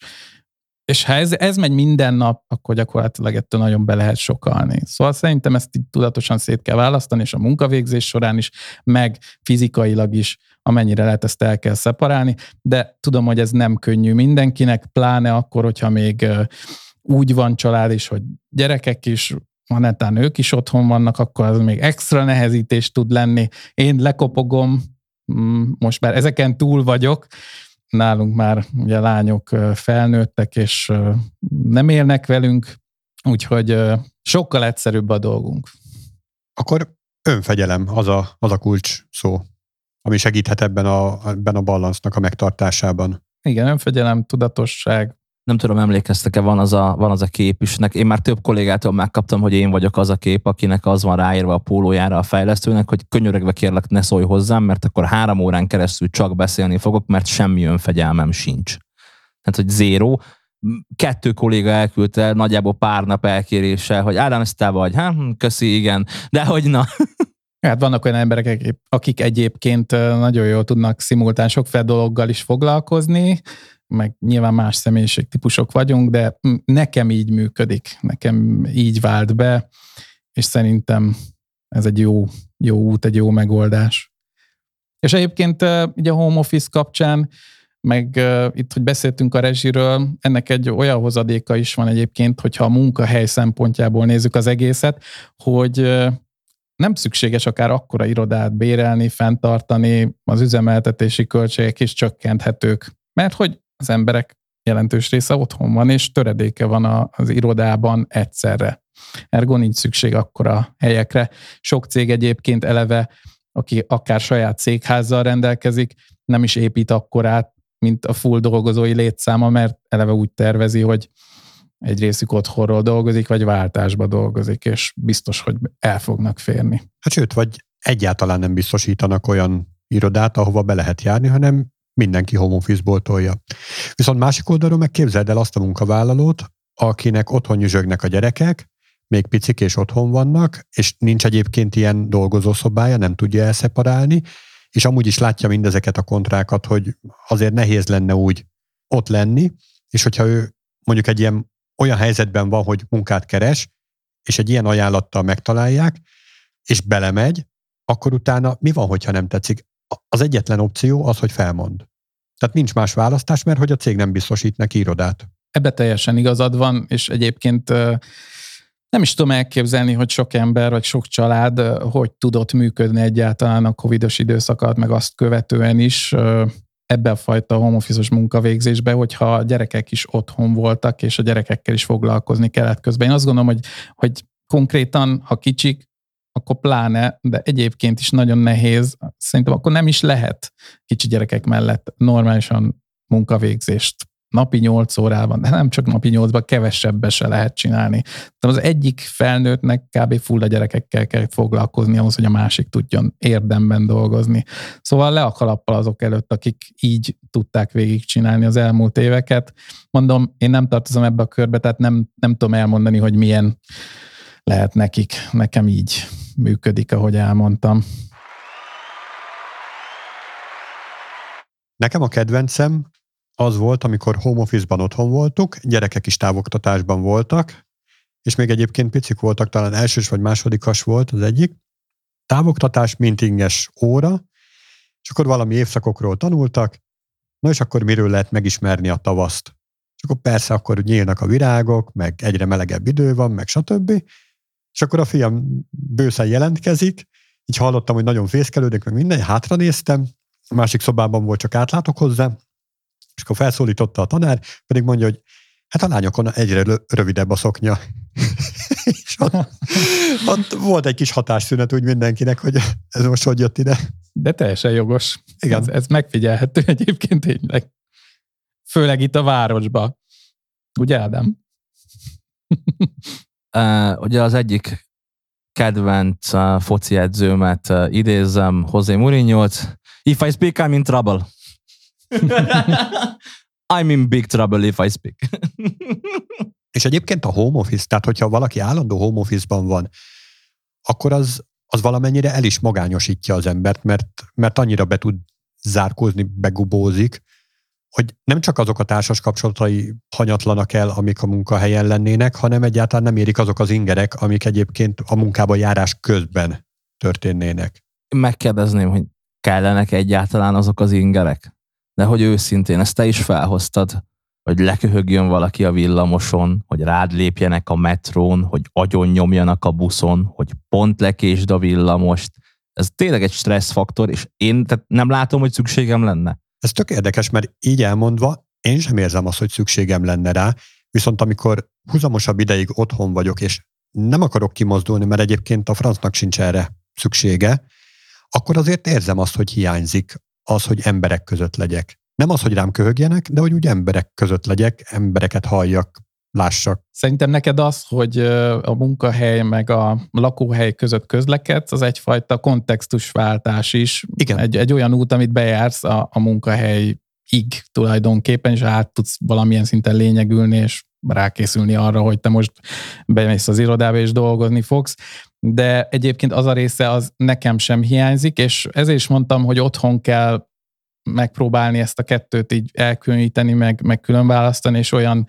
És ha ez, ez megy minden nap, akkor gyakorlatilag ettől nagyon be lehet sokalni. Szóval szerintem ezt így tudatosan szét kell választani, és a munkavégzés során is, meg fizikailag is, amennyire lehet, ezt el kell szeparálni, de tudom, hogy ez nem könnyű mindenkinek, pláne akkor, hogyha még úgy van család is, hogy gyerekek is, netán ők is otthon vannak, akkor az még extra nehezítés tud lenni. Én lekopogom, most már ezeken túl vagyok, nálunk már ugye lányok felnőttek, és nem élnek velünk, úgyhogy sokkal egyszerűbb a dolgunk. Akkor önfegyelem az a, az a kulcs szó, ami segíthet ebben a, ebben a balansznak a megtartásában. Igen, önfegyelem, tudatosság. Nem tudom, emlékeztek-e, van az a, van az a kép is. Én már több kollégától megkaptam, hogy én vagyok az a kép, akinek az van ráírva a pólójára a fejlesztőnek, hogy könyörögve kérlek, ne szólj hozzám, mert akkor három órán keresztül csak beszélni fogok, mert semmi önfegyelmem sincs. Tehát, hogy zéró. Kettő kolléga elküldte nagyjából pár nap elkéréssel, hogy Ádám, ezt te vagy? Hát, köszi, igen. De hogy na... Hát vannak olyan emberek, akik egyébként nagyon jól tudnak szimultán sokféle dologgal is foglalkozni, meg nyilván más személyiségtípusok vagyunk, de nekem így működik, nekem így vált be, és szerintem ez egy jó, jó út, egy jó megoldás. És egyébként ugye a home office kapcsán, meg uh, itt, hogy beszéltünk a rezsiről, ennek egy olyan hozadéka is van egyébként, hogyha a munkahely szempontjából nézzük az egészet, hogy uh, nem szükséges akár akkora irodát bérelni, fenntartani, az üzemeltetési költségek is csökkenthetők, mert hogy az emberek jelentős része otthon van, és töredéke van a, az irodában egyszerre. Ergo nincs szükség akkora helyekre. Sok cég egyébként eleve, aki akár saját székházzal rendelkezik, nem is épít akkorát, mint a full dolgozói létszáma, mert eleve úgy tervezi, hogy egy részük otthonról dolgozik, vagy váltásba dolgozik, és biztos, hogy el fognak férni. Hát sőt, vagy egyáltalán nem biztosítanak olyan irodát, ahova be lehet járni, hanem mindenki home office-ból tolja. Viszont másik oldalról meg képzeld el azt a munkavállalót, akinek otthon nyüzsögnek a gyerekek, még picik és otthon vannak, és nincs egyébként ilyen dolgozószobája, nem tudja elszeparálni, és amúgy is látja mindezeket a kontrákat, hogy azért nehéz lenne úgy ott lenni, és hogyha ő mondjuk egy ilyen olyan helyzetben van, hogy munkát keres, és egy ilyen ajánlattal megtalálják, és belemegy, akkor utána mi van, hogyha nem tetszik? Az egyetlen opció az, hogy felmond. Tehát nincs más választás, mert hogy a cég nem biztosít neki irodát. Ebbe teljesen igazad van, és egyébként nem is tudom elképzelni, hogy sok ember, vagy sok család hogy tudott működni egyáltalán a covidos időszakat, meg azt követően is ebbe a fajta home office-os munkavégzésbe, hogyha a gyerekek is otthon voltak, és a gyerekekkel is foglalkozni kellett közben. Én azt gondolom, hogy, hogy konkrétan, ha kicsik, akkor pláne, de egyébként is nagyon nehéz. Szerintem akkor nem is lehet kicsi gyerekek mellett normálisan munkavégzést napi nyolc órában, de nem csak napi nyolcban, kevesebbe se lehet csinálni. De az egyik felnőttnek kb. Full a gyerekekkel kell foglalkozni ahhoz, hogy a másik tudjon érdemben dolgozni. Szóval le a kalappal azok előtt, akik így tudták végigcsinálni az elmúlt éveket. Mondom, én nem tartozom ebbe a körbe, tehát nem, nem tudom elmondani, hogy milyen lehet nekik. Nekem így működik, ahogy elmondtam. Nekem a kedvencem az volt, amikor home office-ban otthon voltuk, gyerekek is távoktatásban voltak, és még egyébként picik voltak, talán elsős vagy másodikas volt az egyik. Távoktatás, mintinges óra, és akkor valami évszakokról tanultak, na és akkor miről lehet megismerni a tavaszt. És akkor persze akkor nyílnak a virágok, meg egyre melegebb idő van, meg stb. És akkor a fiam bőszen jelentkezik, így hallottam, hogy nagyon fészkelődik, meg minden, hátra néztem, a másik szobában volt, csak átlátok hozzá, és akkor felszólította a tanár, pedig mondja, hogy hát a lányokon egyre rövidebb a szoknya. És ott, ott volt egy kis hatásszünet úgy mindenkinek, hogy ez most hogy jött ide. De teljesen jogos. Igen. Ez, ez megfigyelhető egyébként tényleg. Főleg itt a városban. Ugye, Ádám? uh, ugye az egyik kedvenc uh, foci edzőmet uh, idézzem, José Mourinho-t. If I speak, I'm in trouble. I'm in big trouble if I speak. És egyébként a home office, tehát hogyha valaki állandó home office-ban van, akkor az, az valamennyire el is magányosítja az embert, mert, mert annyira be tud zárkózni, begubózik, hogy nem csak azok a társas kapcsolatai hanyatlanak el, amik a munkahelyen lennének, hanem egyáltalán nem érik azok az ingerek, amik egyébként a munkába járás közben történnének. Megkérdezném, hogy kellenek egyáltalán azok az ingerek? De hogy őszintén, ezt te is felhoztad, hogy leköhögjön valaki a villamoson, hogy rád lépjenek a metrón, hogy agyon nyomjanak a buszon, hogy pont lekésd a villamost. Ez tényleg egy stresszfaktor, és én tehát nem látom, hogy szükségem lenne. Ez tök érdekes, mert így elmondva én sem érzem azt, hogy szükségem lenne rá, viszont amikor húzamosabb ideig otthon vagyok, és nem akarok kimozdulni, mert egyébként a francnak sincs erre szüksége, akkor azért érzem azt, hogy hiányzik az, hogy emberek között legyek. Nem az, hogy rám köhögjenek, de hogy úgy emberek között legyek, embereket halljak, lássak. Szerintem neked az, hogy a munkahely meg a lakóhely között közlekedsz, az egyfajta kontextusváltás is. Igen. Egy, egy olyan út, amit bejársz a, a munkahelyig tulajdonképpen, és át tudsz valamilyen szinten lényegülni, és rákészülni arra, hogy te most bemész az irodába, és dolgozni fogsz. De egyébként az a része az nekem sem hiányzik, és ezért is mondtam, hogy otthon kell megpróbálni ezt a kettőt így elkülöníteni, meg, meg külön választani, és olyan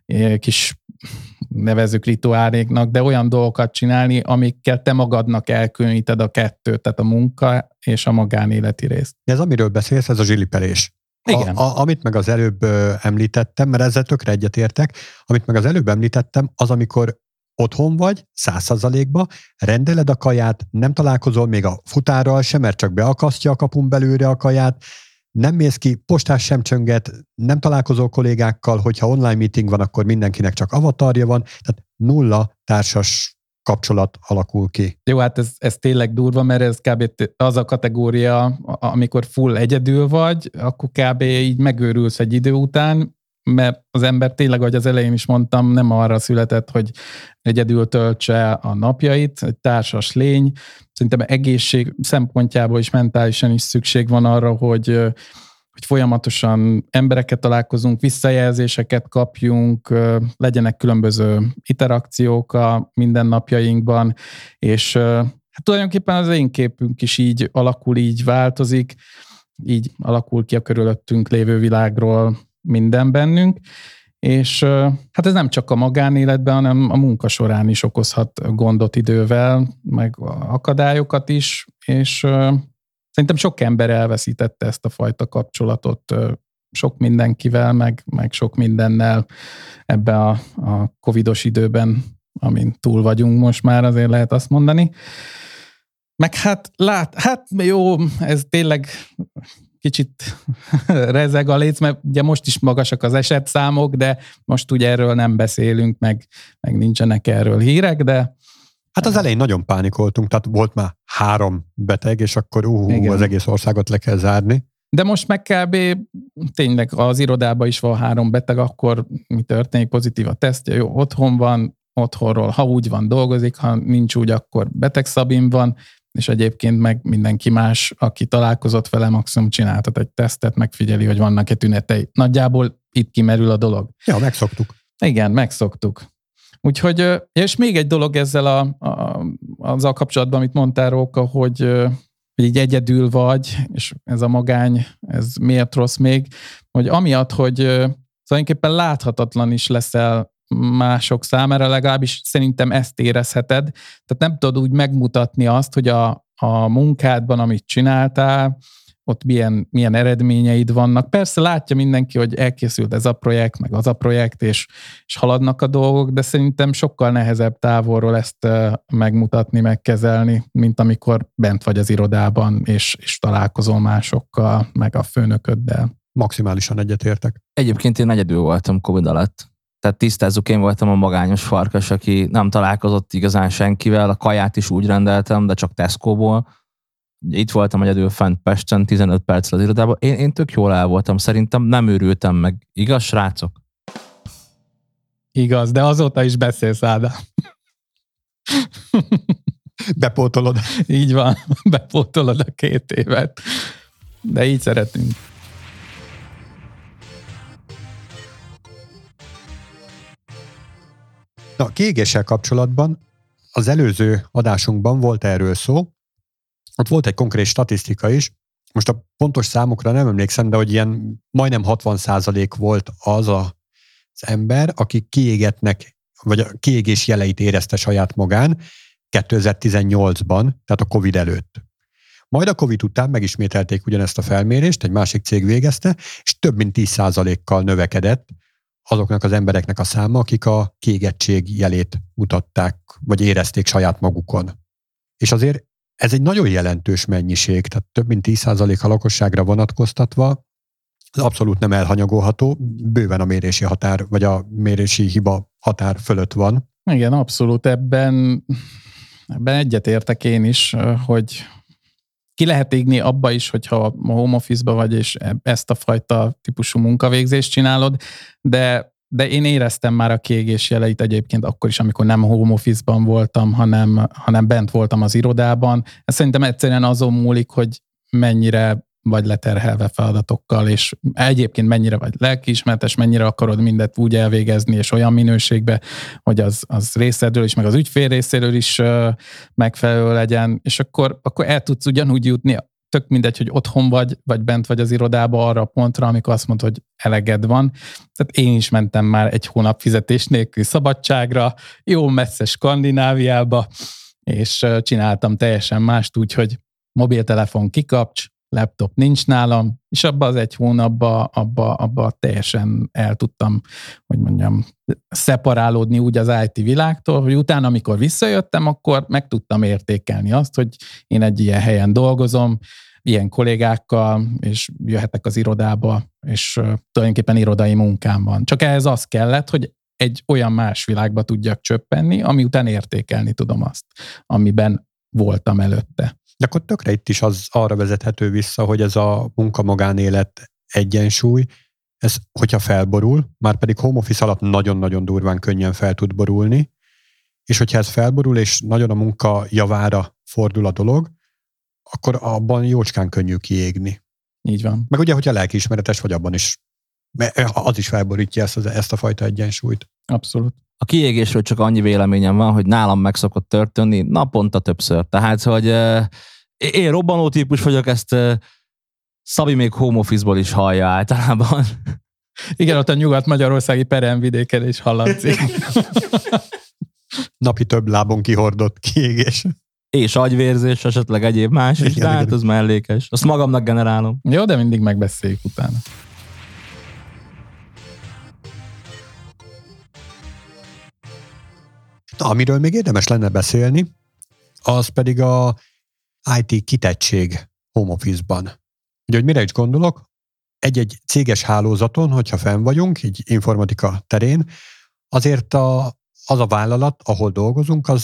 kis, nevezzük rituáléknak, de olyan dolgokat csinálni, amikkel te magadnak elkülöníted a kettőt, tehát a munka és a magánéleti részt. Ez amiről beszélsz, ez a zsilipelés. Igen. A, a, amit meg az előbb ö, említettem, mert ezzel tökre egyetértek, amit meg az előbb említettem, az amikor otthon vagy, száz százalékba, rendeled a kaját, nem találkozol még a futárral sem, mert csak beakasztja a kapun belőle a kaját, nem mész ki, postás sem csönget, nem találkozol kollégákkal, hogyha online meeting van, akkor mindenkinek csak avatarja van, tehát nulla társas kapcsolat alakul ki. Jó, hát ez, ez tényleg durva, mert ez kb. Az a kategória, amikor full egyedül vagy, akkor kb. Így megőrülsz egy idő után, mert az ember tényleg, ahogy az elején is mondtam, nem arra született, hogy egyedül töltse a napjait, egy társas lény. Szerintem egészség szempontjából és mentálisan is szükség van arra, hogy, hogy folyamatosan embereket találkozunk, visszajelzéseket kapjunk, legyenek különböző interakciók a mindennapjainkban, és hát tulajdonképpen az én képünk is így alakul, így változik, így alakul ki a körülöttünk lévő világról minden bennünk, és hát ez nem csak a magánéletben, hanem a munka során is okozhat gondot idővel, meg akadályokat is, és szerintem sok ember elveszítette ezt a fajta kapcsolatot sok mindenkivel, meg, meg sok mindennel ebbe a, a covidos időben, amin túl vagyunk most már, azért lehet azt mondani. Meg hát lát, hát jó, ez tényleg kicsit rezeg a léc, mert ugye most is magasak az esetszámok, de most ugye erről nem beszélünk, meg, meg nincsenek erről hírek, de Hát az elején nagyon pánikoltunk, tehát volt már három beteg, és akkor uh, az egész országot le kell zárni. De most meg kb. Tényleg az irodában is van három beteg, akkor mi történik? Pozitív a tesztje, jó, otthon van, otthonról, ha úgy van, dolgozik, ha nincs úgy, akkor betegszabin van, és egyébként meg mindenki más, aki találkozott vele, maximum csináltat egy tesztet, megfigyeli, hogy vannak-e tünetei. Nagyjából itt kimerül a dolog. Ja, megszoktuk. Igen, megszoktuk. Úgyhogy, és még egy dolog ezzel a, a, azzal kapcsolatban, amit mondtál, Róka, hogy, hogy így egyedül vagy, és ez a magány, ez miért rossz még, hogy amiatt, hogy tulajdonképpen láthatatlan is leszel mások számára, legalábbis szerintem ezt érezheted. Tehát nem tudod úgy megmutatni azt, hogy a, a munkádban, amit csináltál, ott milyen, milyen eredményeid vannak. Persze látja mindenki, hogy elkészült ez a projekt, meg az a projekt, és, és haladnak a dolgok, de szerintem sokkal nehezebb távolról ezt megmutatni, megkezelni, mint amikor bent vagy az irodában, és, és találkozol másokkal, meg a főnököddel. Maximálisan egyetértek. Egyébként én egyedül voltam Covid alatt. Tehát tisztázzuk, én voltam a magányos farkas, aki nem találkozott igazán senkivel, a kaját is úgy rendeltem, de csak Tesco-ból. Ugye itt voltam egyedül fent Pesten, tizenöt perccel az irodában. Én, én tök jól el voltam, szerintem nem őrültem meg. Igaz, srácok? Igaz, de azóta is beszélsz, Ádám. Bepótolod. Így van, bepótolod a két évet. De így szeretünk. Na, a kiégéssel kapcsolatban az előző adásunkban volt erről szó. Ott volt egy konkrét statisztika is. Most a pontos számokra nem emlékszem, de hogy ilyen majdnem hatvan százalék volt az a, az ember, aki kiégetnek, vagy a kiégés jeleit érezte saját magán kétezer-tizennyolcban, tehát a Covid előtt. Majd a Covid után megismételték ugyanezt a felmérést, egy másik cég végezte, és több mint tíz százalékkal növekedett azoknak az embereknek a száma, akik a kiégettség jelét mutatták, vagy érezték saját magukon. És azért ez egy nagyon jelentős mennyiség, tehát több mint tíz százalék a lakosságra vonatkoztatva, az abszolút nem elhanyagolható, bőven a mérési határ, vagy a mérési hiba határ fölött van. Igen, abszolút ebben, ebben egyetértek én is, hogy ki lehet égni abba is, hogyha a home office-ba vagy, és ezt a fajta típusú munkavégzést csinálod, de, de én éreztem már a kiégés jeleit egyébként akkor is, amikor nem home office-ban voltam, hanem, hanem bent voltam az irodában. Ez szerintem egyszerűen azon múlik, hogy mennyire vagy leterhelve feladatokkal, és egyébként mennyire vagy lelkiismeretes, mennyire akarod mindet úgy elvégezni, és olyan minőségbe, hogy az, az részedről is, meg az ügyfél részéről is megfelelő legyen, és akkor, akkor el tudsz ugyanúgy jutni, tök mindegy, hogy otthon vagy, vagy bent vagy az irodába arra a pontra, amikor azt mondod, hogy eleged van. Tehát én is mentem már egy hónap fizetés nélkül szabadságra, jó messze Skandináviába, és csináltam teljesen mást, úgyhogy mobiltelefon kikapcs, laptop nincs nálam, és abban az egy hónapban abba, abba teljesen el tudtam, hogy mondjam, szeparálódni úgy az i té világtól, hogy utána, amikor visszajöttem, akkor meg tudtam értékelni azt, hogy én egy ilyen helyen dolgozom, ilyen kollégákkal, és jöhetek az irodába, és tulajdonképpen irodai munkám van. Csak ehhez az kellett, hogy egy olyan más világba tudjak csöppenni, ami után értékelni tudom azt, amiben voltam előtte. De akkor tökre itt is az arra vezethető vissza, hogy ez a munka-magánélet egyensúly, ez hogyha felborul, már pedig home office alatt nagyon-nagyon durván könnyen fel tud borulni, és hogyha ez felborul, és nagyon a munka javára fordul a dolog, akkor abban jócskán könnyű kiégni. Így van. Meg ugye, hogyha lelkiismeretes vagy, abban is, az is felborítja ezt, ezt a fajta egyensúlyt. Abszolút. A kiégésről csak annyi véleményem van, hogy nálam meg szokott történni naponta többször. Tehát, hogy uh, én robbanó típus vagyok, ezt uh, Szabi még home office-ból is hallja általában. Igen, ott a nyugat-magyarországi peremvidéken is hallatszik. Napi több lábon kihordott kiégés. És agyvérzés, esetleg egyéb más is, de hát az mellékes. Azt magamnak generálom. Jó, de mindig megbeszéljük utána. Na, amiről még érdemes lenne beszélni, az pedig a i té kitettség home office-ban. Ugye, hogy mire is gondolok, egy-egy céges hálózaton, hogyha fenn vagyunk, így informatika terén, azért a, az a vállalat, ahol dolgozunk, az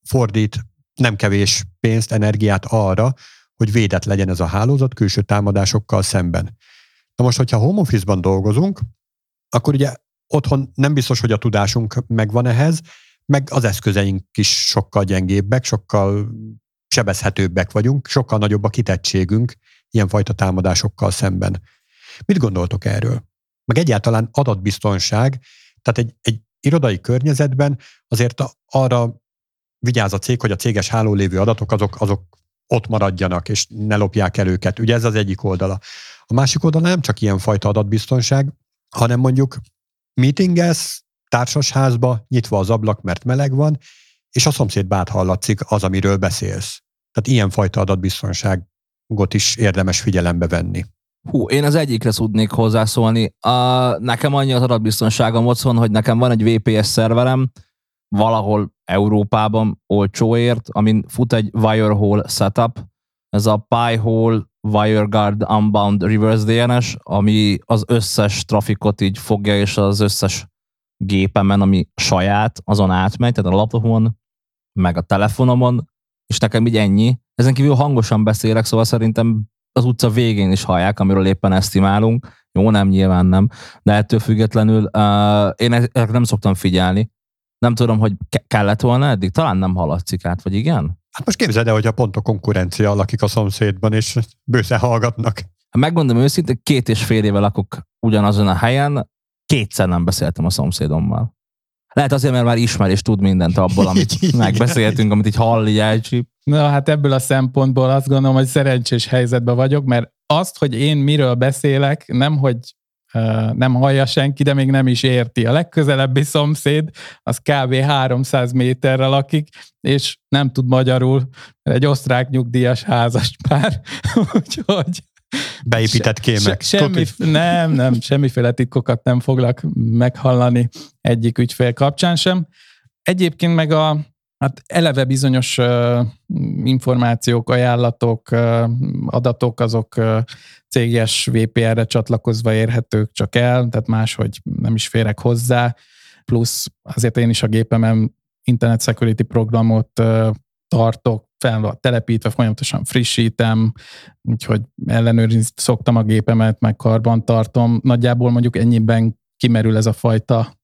fordít nem kevés pénzt, energiát arra, hogy védett legyen ez a hálózat külső támadásokkal szemben. Na most, hogyha home office-ban dolgozunk, akkor ugye otthon nem biztos, hogy a tudásunk megvan ehhez, meg az eszközeink is sokkal gyengébbek, sokkal sebezhetőbbek vagyunk, sokkal nagyobb a kitettségünk ilyenfajta támadásokkal szemben. Mit gondoltok erről? Meg egyáltalán adatbiztonság, tehát egy, egy irodai környezetben azért arra vigyáz a cég, hogy a céges hálón lévő adatok azok, azok ott maradjanak, és ne lopják el őket. Ugye ez az egyik oldala. A másik oldala nem csak ilyenfajta adatbiztonság, hanem mondjuk meetingelsz társasházba, nyitva az ablak, mert meleg van, és a szomszédba hallatszik az, amiről beszélsz. Tehát ilyenfajta adatbiztonságot is érdemes figyelembe venni. Hú, én az egyikre tudnék hozzászólni. A, nekem annyi az adatbiztonságom otthon, hogy nekem van egy vé pé es szerverem, valahol Európában olcsóért, amin fut egy Wirehole setup, ez a Pi-hole WireGuard Unbound Reverse dé en es, ami az összes trafikot így fogja, és az összes gépemen, ami saját, azon átmegy, tehát a laptopomon, meg a telefonomon, és nekem így ennyi. Ezen kívül hangosan beszélek, szóval szerintem az utca végén is hallják, amiről éppen esztimálunk. Jó, nem, nyilván nem, de ettől függetlenül uh, én ezek nem szoktam figyelni. Nem tudom, hogy ke- kellett volna eddig? Talán nem hallatszik át, vagy igen? Hát most képzeld el, hogy a pont a konkurencia lakik a szomszédban, és bősze hallgatnak. Megmondom őszintén, két és fél éve lakok ugyanazon a helyen, kétszer nem beszéltem a szomszédommal. Lehet azért, mert már ismer és tud mindent abból, amit megbeszéltünk, amit így hall, így elcsíp. Na hát ebből a szempontból azt gondolom, hogy szerencsés helyzetben vagyok, mert azt, hogy én miről beszélek, nem, hogy uh, nem hallja senki, de még nem is érti. A legközelebbi szomszéd, az kb. háromszáz méterre lakik, és nem tud magyarul, egy osztrák nyugdíjas házaspár, úgyhogy beépített kémek. Se, semmi, nem, nem, semmiféle titkokat nem foglak meghallani egyik ügyfél kapcsán sem. Egyébként meg a hát eleve bizonyos uh, információk, ajánlatok, uh, adatok, azok uh, céges vé pé erre csatlakozva érhetők csak el, tehát máshogy nem is férek hozzá. Plusz azért én is a gépemen Internet Security programot uh, tartok, fel van telepítve, folyamatosan frissítem, úgyhogy ellenőrizni szoktam a gépemet, meg karban tartom. Nagyjából mondjuk ennyiben kimerül ez a fajta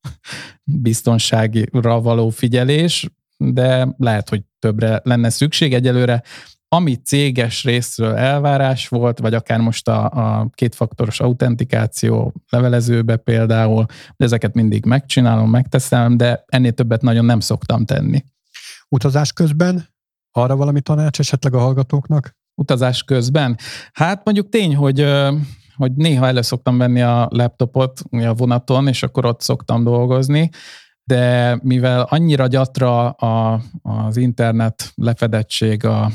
biztonságra való figyelés, de lehet, hogy többre lenne szükség egyelőre. Ami céges részről elvárás volt, vagy akár most a, a kétfaktoros autentikáció levelezőbe például, ezeket mindig megcsinálom, megteszem, de ennél többet nagyon nem szoktam tenni. Utazás közben arra valami tanács esetleg a hallgatóknak? Utazás közben? Hát mondjuk tény, hogy, hogy néha elő szoktam venni a laptopot a vonaton, és akkor ott szoktam dolgozni, de mivel annyira gyatra a, az internet lefedettség a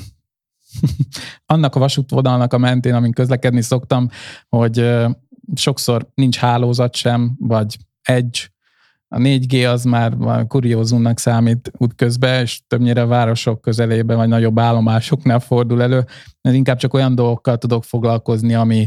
annak a vasútvonalnak a mentén, amin közlekedni szoktam, hogy sokszor nincs hálózat sem, vagy edge. A négy gé az már kuriózumnak számít útközben, és többnyire városok közelében, vagy nagyobb állomásoknál fordul elő. Ez inkább csak olyan dolgokkal tudok foglalkozni, ami,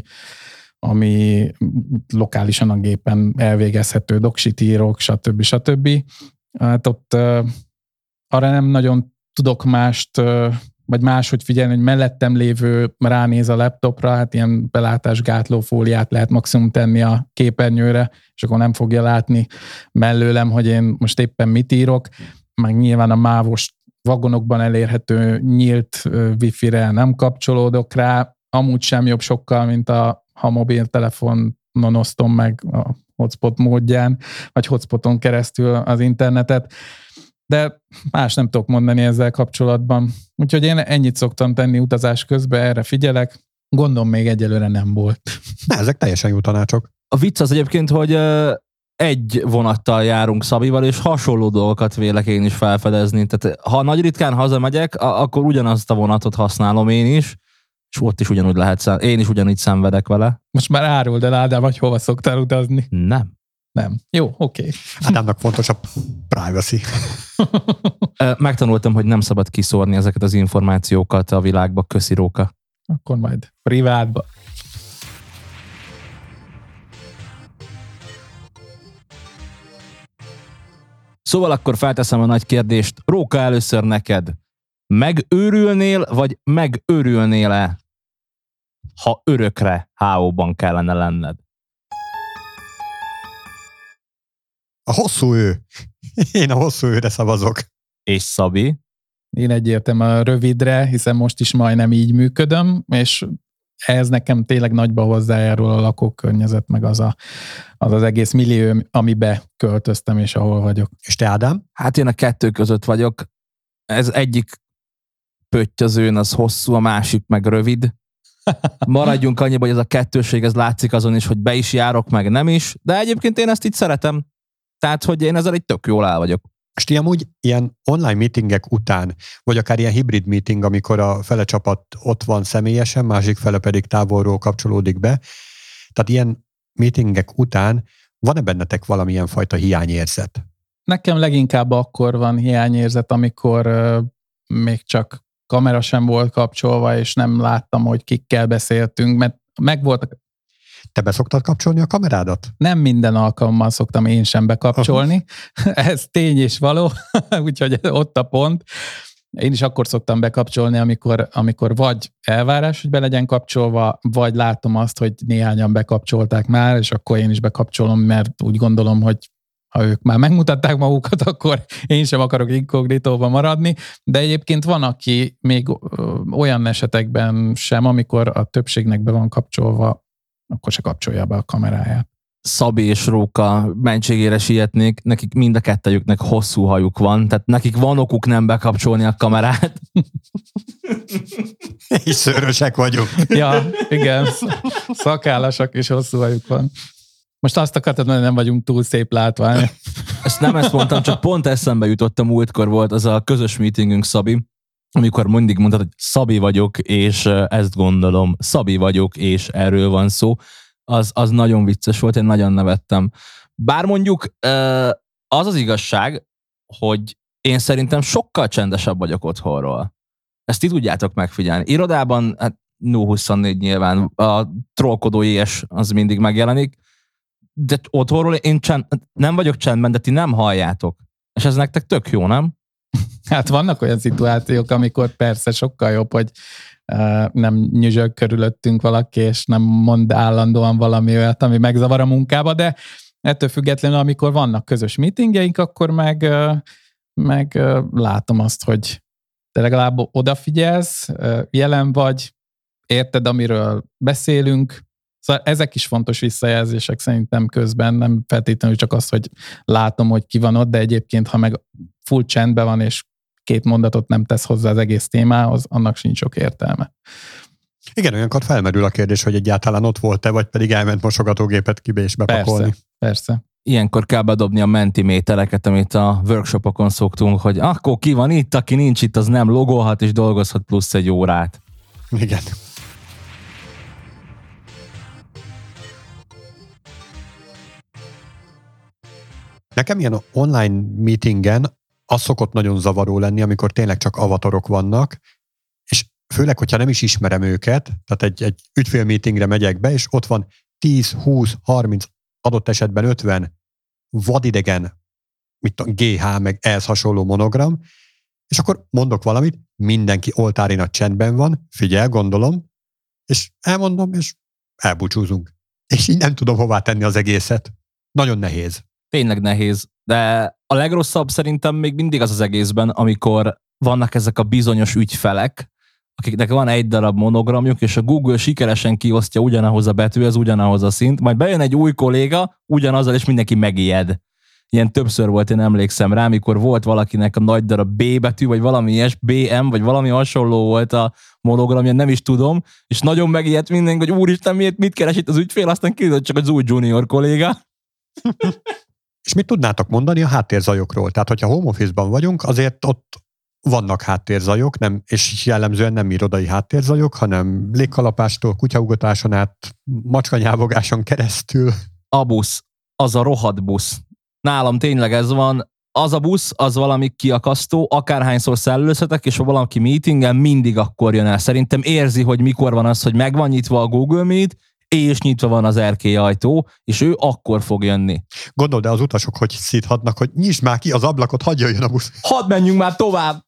ami lokálisan a gépen elvégezhető, doksit írok, stb. stb. Hát ott uh, arra nem nagyon tudok mást, uh, vagy máshogy figyelni, hogy mellettem lévő ránéz a laptopra, hát ilyen belátásgátló fóliát lehet maximum tenni a képernyőre, és akkor nem fogja látni mellőlem, hogy én most éppen mit írok, meg nyilván a mávos vagonokban elérhető nyílt wifi-re nem kapcsolódok rá, amúgy sem jobb sokkal, mint a, ha mobiltelefonon osztom meg a hotspot módján, vagy hotspoton keresztül az internetet, de más nem tudok mondani ezzel kapcsolatban. Úgyhogy én ennyit szoktam tenni utazás közben, erre figyelek. Gondom még egyelőre nem volt. Na, ezek teljesen jó tanácsok. A vicc az egyébként, hogy egy vonattal járunk Szabival, és hasonló dolgokat vélek én is felfedezni. Tehát ha nagy ritkán hazamegyek, akkor ugyanazt a vonatot használom én is, és ott is ugyanúgy lehet, én is ugyanígy szenvedek vele. Most már áruld el, Ádám, hogy hova szoktál utazni? Nem. Nem. Jó, oké. Okay. Ádámnak fontos a privacy. Megtanultam, hogy nem szabad kiszórni ezeket az információkat a világba, köszi Róka. Akkor majd privátba. Szóval akkor felteszem a nagy kérdést. Róka, először neked. Megőrülnél, vagy megőrülnél-e, ha örökre há ó-ban kellene lenned? A hosszú ő. Én a hosszú őre szavazok. És Szabi? Én egyértelműen a rövidre, hiszen most is majdnem így működöm, és ehhez nekem tényleg nagyba hozzájárul a lakókörnyezet, meg az, a, az az egész millió, amibe költöztem, és ahol vagyok. És te, Ádám? Hát én a kettő között vagyok. Ez egyik pöttyözőn az hosszú, a másik meg rövid. Maradjunk annyiba, hogy ez a kettőség, ez látszik azon is, hogy be is járok, meg nem is, de egyébként én ezt így szeretem. Tehát, hogy én ezzel egy tök jól el vagyok. És ti amúgy ilyen online meetingek után, vagy akár ilyen hibrid meeting, amikor a fele csapat ott van személyesen, másik fele pedig távolról kapcsolódik be, tehát ilyen meetingek után van-e bennetek valamilyen fajta hiányérzet? Nekem leginkább akkor van hiányérzet, amikor uh, még csak kamera sem volt kapcsolva, és nem láttam, hogy kikkel beszéltünk, mert megvoltak. Te be szoktad kapcsolni a kamerádat? Nem minden alkalommal szoktam én sem bekapcsolni. Ez tény és való, úgyhogy ott a pont. Én is akkor szoktam bekapcsolni, amikor, amikor vagy elvárás, hogy be legyen kapcsolva, vagy látom azt, hogy néhányan bekapcsolták már, és akkor én is bekapcsolom, mert úgy gondolom, hogy ha ők már megmutatták magukat, akkor én sem akarok inkognitóba maradni, de egyébként van, aki még olyan esetekben sem, amikor a többségnek be van kapcsolva, akkor se kapcsolja be a kameráját. Szabi és Róka mentségére sietnék, nekik mind a kettejüknek hosszú hajuk van, tehát nekik van okuk nem bekapcsolni a kamerát. És szőrösek vagyunk. Ja, igen, szakállasak és hosszú hajuk van. Most azt akartad mondani, nem vagyunk túl szép látvány. Ezt nem ezt mondtam, csak pont eszembe jutott, a múltkor volt az a közös meetingünk, Szabi, amikor mindig mondtad, hogy Szabi vagyok, és ezt gondolom, Szabi vagyok, és erről van szó. Az, az nagyon vicces volt, én nagyon nevettem. Bár mondjuk az az igazság, hogy én szerintem sokkal csendesebb vagyok otthonról. Ezt így tudjátok megfigyelni. Irodában, hát nulla huszonnégy nyilván, a trollkodó ilyes az mindig megjelenik, de otthonról én csend, nem vagyok csendben, de ti nem halljátok. És ez nektek tök jó, nem? Hát vannak olyan szituációk, amikor persze sokkal jobb, hogy uh, nem nyüzsög körülöttünk valaki, és nem mond állandóan valami olyat, ami megzavar a munkába, de ettől függetlenül, amikor vannak közös meetingjeink, akkor meg, uh, meg uh, látom azt, hogy te legalább odafigyelsz, uh, jelen vagy, érted, amiről beszélünk. Szóval ezek is fontos visszajelzések szerintem közben, nem feltétlenül csak az, hogy látom, hogy ki van ott, de egyébként, ha meg full csendben van, és két mondatot nem tesz hozzá az egész témához, annak sincs sok értelme. Igen, olyankor felmerül a kérdés, hogy egyáltalán ott volt-e, vagy pedig elment mosogatógépet kibe és bepakolni. Persze, persze. Ilyenkor kell bedobni a mentimétereket, amit a workshopokon szoktunk, hogy akkor ki van itt, aki nincs itt, az nem logolhat és dolgozhat plusz egy órát. Igen. Nekem ilyen online meetingen az szokott nagyon zavaró lenni, amikor tényleg csak avatarok vannak, és főleg, hogyha nem is ismerem őket, tehát egy, egy ügyfélmeetingre megyek be, és ott van tíz, húsz, harminc, adott esetben ötven vadidegen, mit tudom, gé há, meg ehhez hasonló monogram, és akkor mondok valamit, mindenki oltári nagy csendben van, figyel, gondolom, és elmondom, és elbúcsúzunk. És így nem tudom hová tenni az egészet. Nagyon nehéz. Tényleg nehéz, de a legrosszabb szerintem még mindig az az egészben, amikor vannak ezek a bizonyos ügyfelek, akiknek van egy darab monogramjuk, és a Google sikeresen kiosztja ugyanahoz a betűhez, ugyanahoz a szint, majd bejön egy új kolléga, ugyanazzal, és mindenki megijed. Ilyen többször volt, én emlékszem rá, amikor volt valakinek a nagy darab B betű, vagy valami ilyes, bé em, vagy valami hasonló volt a monogramja, nem is tudom, és nagyon megijedt mindenki, hogy úristen, miért, mit keres itt az ügyfél, aztán kiderült csak az új junior kolléga. És mit tudnátok mondani a háttérzajokról? Tehát, hogyha home office-ban vagyunk, azért ott vannak háttérzajok, nem, és jellemzően nem irodai háttérzajok, hanem légkalapástól, kutyaugatáson át, macskanyávogáson keresztül. A busz, az a rohadt busz. Nálam tényleg ez van. Az a busz, az valami kiakasztó, akárhányszor szellőzhetek, és ha valaki meetingen mindig akkor jön el. Szerintem érzi, hogy mikor van az, hogy meg van nyitva a Google Meet, és nyitva van az erkélyajtó, és ő akkor fog jönni. Gondold, de az utasok hogy szíthatnak, hogy nyisd már ki az ablakot, hadd jöjjön a busz. Hadd menjünk már tovább!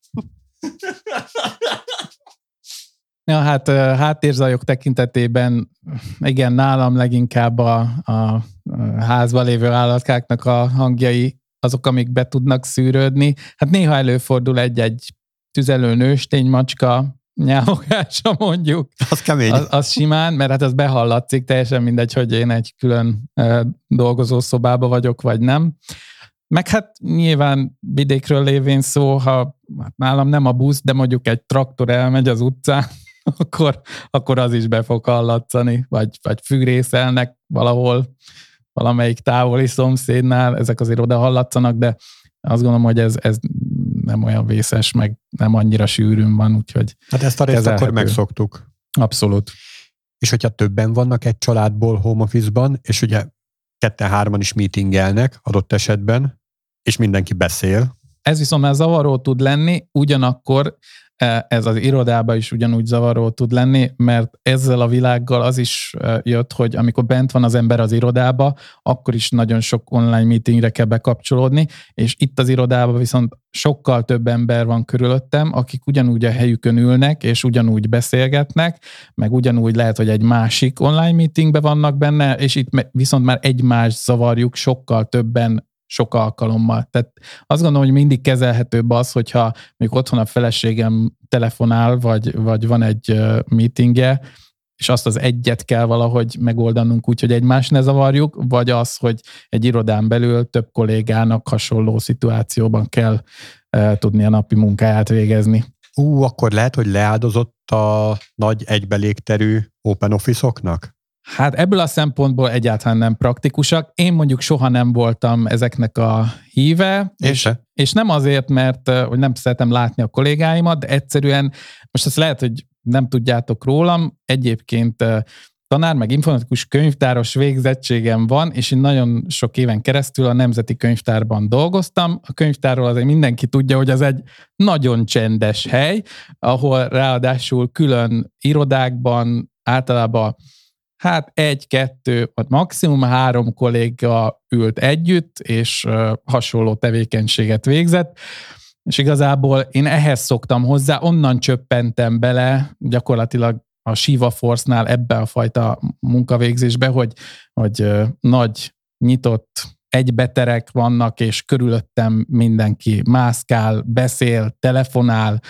Ja, hát háttérzajok tekintetében igen, nálam leginkább a, a házban lévő állatkáknak a hangjai azok, amik be tudnak szűrődni. Hát néha előfordul egy-egy tüzelő nőstény macska nyávogása mondjuk. Az kemény. Az, az simán, mert hát az behallatszik, teljesen mindegy, hogy én egy külön e, dolgozószobába vagyok, vagy nem. Meg hát nyilván vidékről lévén szó, ha nálam nem a busz, de mondjuk egy traktor elmegy az utcán, akkor, akkor az is be fog hallatszani, vagy, vagy fügrészelnek valahol, valamelyik távoli szomszédnál, ezek azért oda hallatszanak, de azt gondolom, hogy ez, ez nem olyan vészes, meg nem annyira sűrűn van, úgyhogy hát ezt a részt kezelhető. Akkor megszoktuk. Abszolút. És hogyha többen vannak egy családból home office-ban, és ugye ketten-hárman is meetingelnek adott esetben, és mindenki beszél. Ez viszont már zavaró tud lenni, ugyanakkor ez az irodában is ugyanúgy zavaró tud lenni, mert ezzel a világgal az is jött, hogy amikor bent van az ember az irodába, akkor is nagyon sok online meetingre kell bekapcsolódni, és itt az irodában viszont sokkal több ember van körülöttem, akik ugyanúgy a helyükön ülnek, és ugyanúgy beszélgetnek, meg ugyanúgy lehet, hogy egy másik online meetingben vannak benne, és itt viszont már egymást zavarjuk sokkal többen, sok alkalommal. Tehát azt gondolom, hogy mindig kezelhetőbb az, hogyha mondjuk otthon a feleségem telefonál, vagy, vagy van egy meetingje, és azt az egyet kell valahogy megoldanunk úgy, hogy egymást ne zavarjuk, vagy az, hogy egy irodán belül több kollégának hasonló szituációban kell e, tudni a napi munkáját végezni. Ú, akkor lehet, hogy leáldozott a nagy egybelégterű open office-oknak? Hát ebből a szempontból egyáltalán nem praktikusak. Én mondjuk soha nem voltam ezeknek a híve, és, és nem azért, mert hogy nem szeretem látni a kollégáimat, de egyszerűen, most azt lehet, hogy nem tudjátok rólam, egyébként tanár, meg informatikus könyvtáros végzettségem van, és én nagyon sok éven keresztül a Nemzeti Könyvtárban dolgoztam. A könyvtárról azért mindenki tudja, hogy az egy nagyon csendes hely, ahol ráadásul külön irodákban általában hát egy, kettő, vagy maximum három kolléga ült együtt, és uh, hasonló tevékenységet végzett, és igazából én ehhez szoktam hozzá, onnan csöppentem bele gyakorlatilag a Shiva Force-nál ebbe a fajta munkavégzésbe, hogy, hogy uh, nagy, nyitott egybeterek vannak, és körülöttem mindenki mászkál, beszél, telefonál,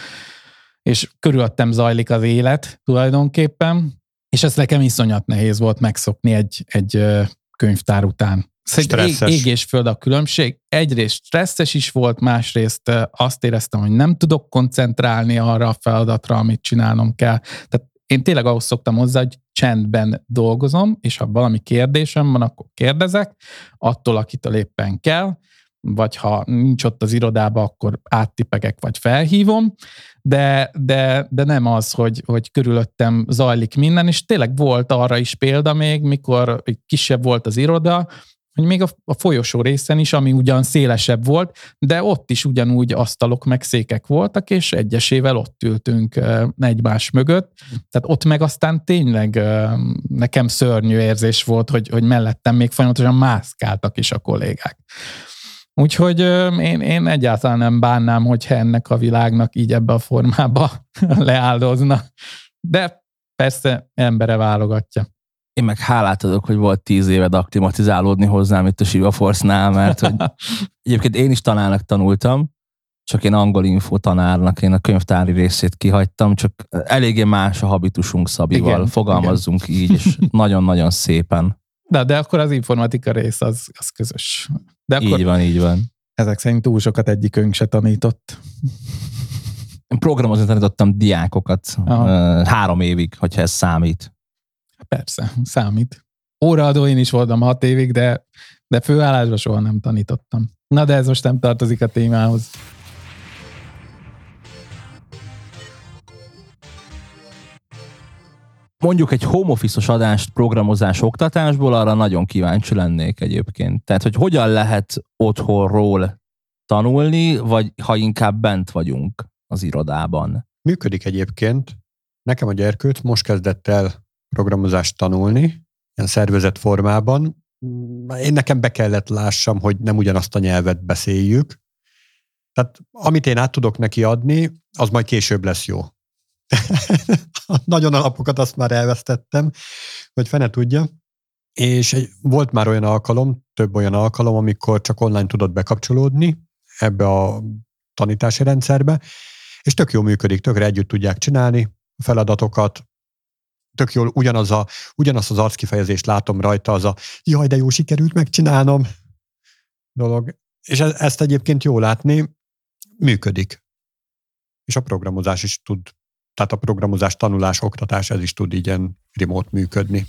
és körülöttem zajlik az élet tulajdonképpen, és ez nekem iszonyat nehéz volt megszokni egy, egy könyvtár után. Ég, ég és föld a különbség. Egyrészt stresszes is volt, másrészt azt éreztem, hogy nem tudok koncentrálni arra a feladatra, amit csinálnom kell. Tehát én tényleg ahhoz szoktam hozzá, hogy csendben dolgozom, és ha valami kérdésem van, akkor kérdezek, attól, akitől éppen kell, vagy ha nincs ott az irodában, akkor áttipegek, vagy felhívom, de, de, de nem az, hogy, hogy körülöttem zajlik minden, és tényleg volt arra is példa még, mikor kisebb volt az iroda, hogy még a, a folyosó részen is, ami ugyan szélesebb volt, de ott is ugyanúgy asztalok meg székek voltak, és egyesével ott ültünk egymás mögött. Tehát ott meg aztán tényleg nekem szörnyű érzés volt, hogy, hogy mellettem még folyamatosan mászkáltak is a kollégák. Úgyhogy én, én egyáltalán nem bánnám, hogyha ennek a világnak így ebbe a formába leáldozna. De persze embere válogatja. Én meg hálát adok, hogy volt tíz éved akklimatizálódni hozzám itt a Shiva Force-nál, mert hogy egyébként én is tanárnak tanultam, csak én angol info tanárnak, én a könyvtári részét kihagytam, csak eléggé más a habitusunk Szabival, igen, fogalmazzunk igen. Így, és nagyon-nagyon szépen. De, de akkor az informatika rész az, az közös. De akkor így van, így van. Ezek szerint túl sokat egyikünk se tanított. Én programozni tanítottam diákokat Aha. három évig, hogyha ez számít. Persze, számít. Óraadó én is voltam hat évig, de, de főállásban soha nem tanítottam. Na de ez most nem tartozik a témához. Mondjuk egy home office-os adást programozás oktatásból, arra nagyon kíváncsi lennék egyébként. Tehát, hogy hogyan lehet otthonról tanulni, vagy ha inkább bent vagyunk az irodában. Működik egyébként. Nekem a gyerkőt most kezdett el programozást tanulni, ilyen szervezett formában. Én nekem be kellett lássam, hogy nem ugyanazt a nyelvet beszéljük. Tehát amit én át tudok neki adni, az majd később lesz jó. Nagyon alapokat azt már elvesztettem, hogy fene tudja. És egy, volt már olyan alkalom, több olyan alkalom, amikor csak online tudott bekapcsolódni ebbe a tanítási rendszerbe, és tök jól működik, tökre együtt tudják csinálni a feladatokat, tök jól ugyanaz, a, ugyanaz az arckifejezést látom rajta, az a jaj, de jó, sikerült megcsinálnom dolog. És e- ezt egyébként jól látni, működik. És a programozás is tud, tehát a programozás, tanulás, oktatás, ez is tud így ilyen remote működni.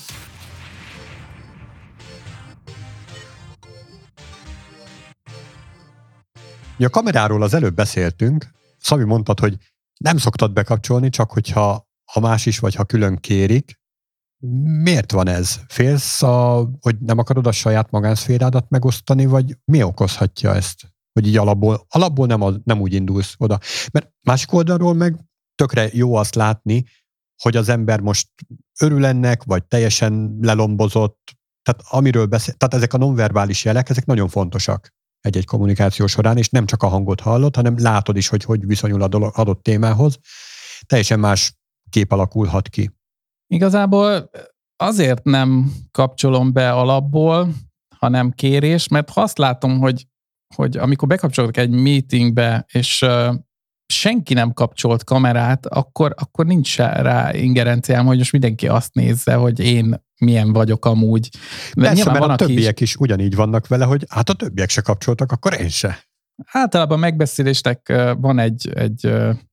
A kameráról az előbb beszéltünk, Szabi mondtad, hogy nem szoktad bekapcsolni, csak hogyha ha más is, vagy ha külön kérik. Miért van ez? Félsz, a, hogy nem akarod a saját magánszférádat megosztani, vagy mi okozhatja ezt? Hogy így alapból, alapból nem, az, nem úgy indulsz oda. Mert másik oldalról meg tökre jó azt látni, hogy az ember most örül ennek, vagy teljesen lelombozott. Tehát amiről beszél, tehát ezek a nonverbális jelek, ezek nagyon fontosak egy-egy kommunikáció során, és nem csak a hangot hallod, hanem látod is, hogy hogy viszonyul a dolog, adott témához. Teljesen más kép alakulhat ki. Igazából azért nem kapcsolom be alapból, hanem kérés, mert ha azt látom, hogy, hogy amikor bekapcsolok egy meetingbe, és uh, senki nem kapcsolt kamerát, akkor, akkor nincs rá ingerenciám, hogy most mindenki azt nézze, hogy én milyen vagyok amúgy. De persze, mert a többiek is... is ugyanígy vannak vele, hogy hát a többiek se kapcsoltak, akkor én se. Általában a megbeszélésnek van egy, egy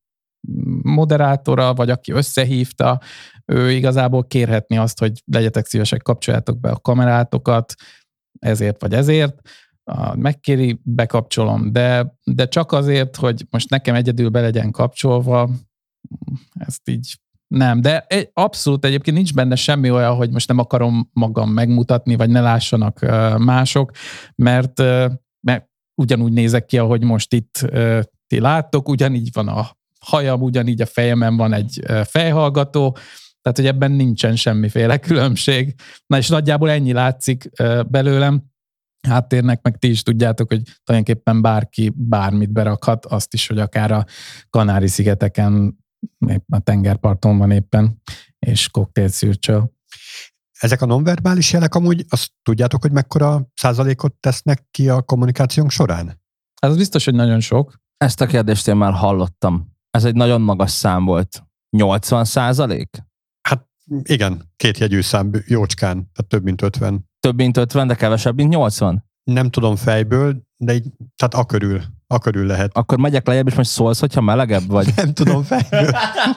moderátora, vagy aki összehívta, ő igazából kérhetni azt, hogy legyetek szívesek, kapcsoljátok be a kamerátokat, ezért vagy ezért. Megkéri, bekapcsolom, de, de csak azért, hogy most nekem egyedül be legyen kapcsolva, ezt így nem. De abszolút egyébként nincs benne semmi olyan, hogy most nem akarom magam megmutatni, vagy ne lássanak mások, mert, mert ugyanúgy nézek ki, ahogy most itt ti láttok, ugyanígy van a hajam, ugyanígy a fejemen van egy fejhallgató, tehát, hogy ebben nincsen semmiféle különbség. Na és nagyjából ennyi látszik belőlem. Háttérnek, meg ti is tudjátok, hogy tulajdonképpen bárki bármit berakhat, azt is, hogy akár a Kanári-szigeteken, a tengerparton van éppen, és koktélszürcsöl. Ezek a nonverbális jelek amúgy, azt tudjátok, hogy mekkora százalékot tesznek ki a kommunikációnk során? Hát az biztos, hogy nagyon sok. Ezt a kérdést én már hallottam. Ez egy nagyon magas szám volt. nyolcvan százalék? Hát igen, két jegyű szám jócskán, tehát több mint ötven. Több mint ötven, de kevesebb, mint nyolcvan? Nem tudom fejből, de így, tehát akörül, akörül lehet. Akkor megyek lejjebb, és most szólsz, hogyha melegebb vagy? Nem tudom fejből.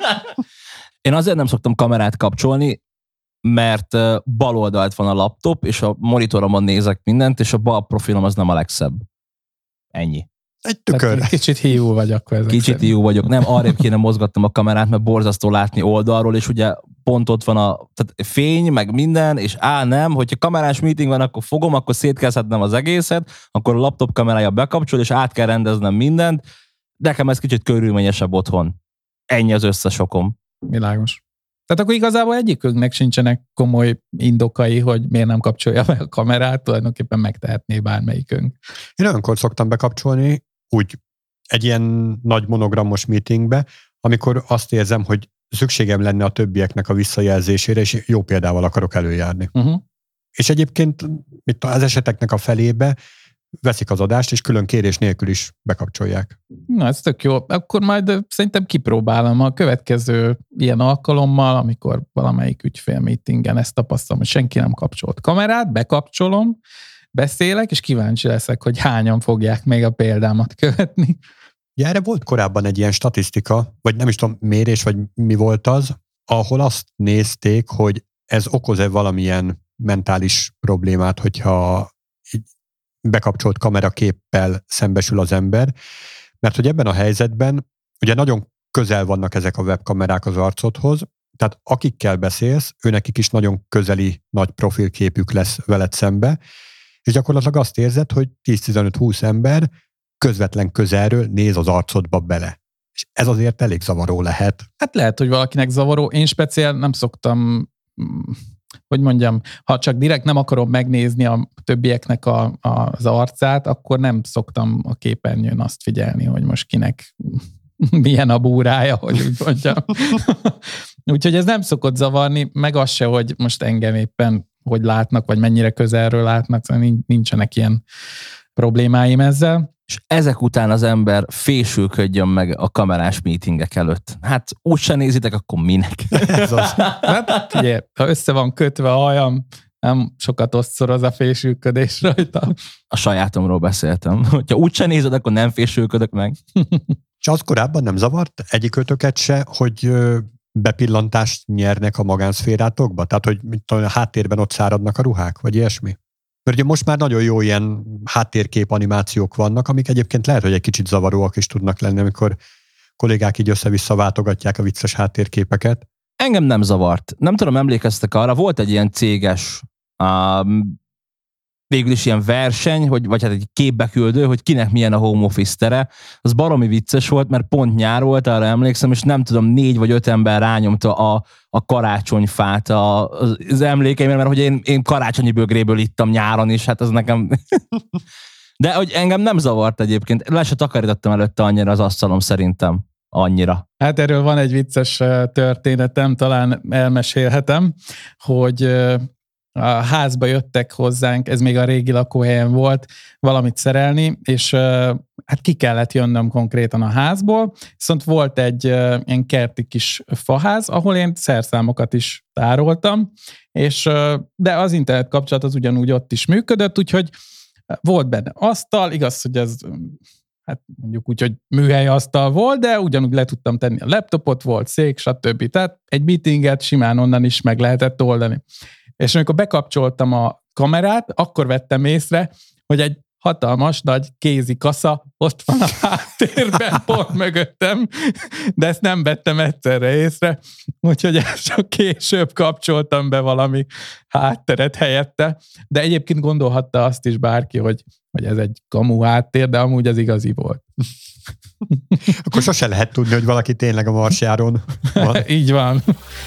Én azért nem szoktam kamerát kapcsolni, mert bal oldalt van a laptop, és a monitoromon nézek mindent, és a bal profilom az nem a legszebb. Ennyi. Egy tükör. Tehát kicsit hiú vagy akkor. Kicsit szerint. hiú vagyok. Nem, arrébb kéne mozgatnom a kamerát, mert borzasztó látni oldalról, és ugye pont ott van a tehát fény, meg minden, és á, nem, hogyha kamerás meeting van, akkor fogom, akkor szétkezhetnem az egészet, akkor a laptop kamerája bekapcsol, és át kell rendeznem mindent. De nekem ez kicsit körülményesebb otthon. Ennyi az összesokom. Világos. Tehát akkor igazából egyikünknek sincsenek komoly indokai, hogy miért nem kapcsolja meg a kamerát, tulajdonképpen megtehetné bármelyikünk. Én olyankor szoktam bekapcsolni, úgy egy ilyen nagy monogramos meetingbe, amikor azt érzem, hogy szükségem lenne a többieknek a visszajelzésére, és jó példával akarok előjárni. Uh-huh. És egyébként itt az eseteknek a felébe veszik az adást, és külön kérés nélkül is bekapcsolják. Na, ez tök jó. Akkor majd szerintem kipróbálom a következő ilyen alkalommal, amikor valamelyik ügyfélmeetingen ezt tapasztalom, hogy senki nem kapcsolt kamerát, bekapcsolom, beszélek, és kíváncsi leszek, hogy hányan fogják még a példámat követni. Ja, erre volt korábban egy ilyen statisztika, vagy nem is tudom, mérés, vagy mi volt az, ahol azt nézték, hogy ez okoz-e valamilyen mentális problémát, hogyha egy bekapcsolt kameraképpel szembesül az ember, mert hogy ebben a helyzetben ugye nagyon közel vannak ezek a webkamerák az arcodhoz, tehát akikkel beszélsz, őnekik is nagyon közeli nagy profilképük lesz veled szembe, és gyakorlatilag azt érzed, hogy tíz-tizenöt-húsz ember közvetlen közelről néz az arcodba bele. És ez azért elég zavaró lehet. Hát lehet, hogy valakinek zavaró. Én speciál nem szoktam hogy mondjam, ha csak direkt nem akarom megnézni a többieknek a, a, az arcát, akkor nem szoktam a képernyőn azt figyelni, hogy most kinek milyen a búrája, hogy úgy mondjam. Úgyhogy ez nem szokott zavarni, meg az se, hogy most engem éppen hogy látnak, vagy mennyire közelről látnak, szóval nincsenek ilyen problémáim ezzel. És ezek után az ember fésülködjön meg a kamerás meetingek előtt. Hát úgy se nézitek, akkor minek? Ez az. Hát, ugye, ha össze van kötve a hajam, nem sokat osszoroz a fésülködés rajta. A sajátomról beszéltem. Hogyha úgy se nézed, akkor nem fésülködök meg. És az korábban nem zavart egyikötöket se, hogy bepillantást nyernek a magánszférátokba? Tehát, hogy mit tudom, a háttérben ott száradnak a ruhák, vagy ilyesmi? Mert ugye most már nagyon jó ilyen háttérkép animációk vannak, amik egyébként lehet, hogy egy kicsit zavaróak is tudnak lenni, amikor kollégák így össze-vissza váltogatják a vicces háttérképeket. Engem nem zavart. Nem tudom, emlékeztek arra, volt egy ilyen céges, um, végül is ilyen verseny, hogy, vagy hát egy képbeküldő, hogy kinek milyen a home office tere. Az baromi vicces volt, mert pont nyár volt, arra emlékszem, és nem tudom, négy vagy öt ember rányomta a, a karácsonyfát a, az emlékeimre, mert hogy én, én karácsonyi bögréből ittam nyáron is, hát az nekem... De hogy engem nem zavart egyébként. Le se takarítottam előtte annyira az asztalom szerintem. Annyira. Hát erről van egy vicces történetem, talán elmesélhetem, hogy a házba jöttek hozzánk, ez még a régi lakóhelyen volt, valamit szerelni, és hát ki kellett jönnöm konkrétan a házból, viszont volt egy ilyen kerti kis faház, ahol én szerszámokat is tároltam, és de az internet kapcsolat az ugyanúgy ott is működött, úgyhogy volt benne asztal, igaz, hogy ez hát mondjuk úgy, hogy műhely asztal volt, de ugyanúgy le tudtam tenni a laptopot, volt szék, stb. Tehát egy meetinget simán onnan is meg lehetett oldani. És amikor bekapcsoltam a kamerát, akkor vettem észre, hogy egy hatalmas, nagy kézi kasza ott van a háttérben, pont mögöttem, de ezt nem vettem egyszerre észre, úgyhogy csak később kapcsoltam be valami hátteret helyette, de egyébként gondolhatta azt is bárki, hogy, hogy ez egy kamu háttér, de amúgy ez igazi volt. Akkor sose lehet tudni, hogy valaki tényleg a Marsjáron van. Így van.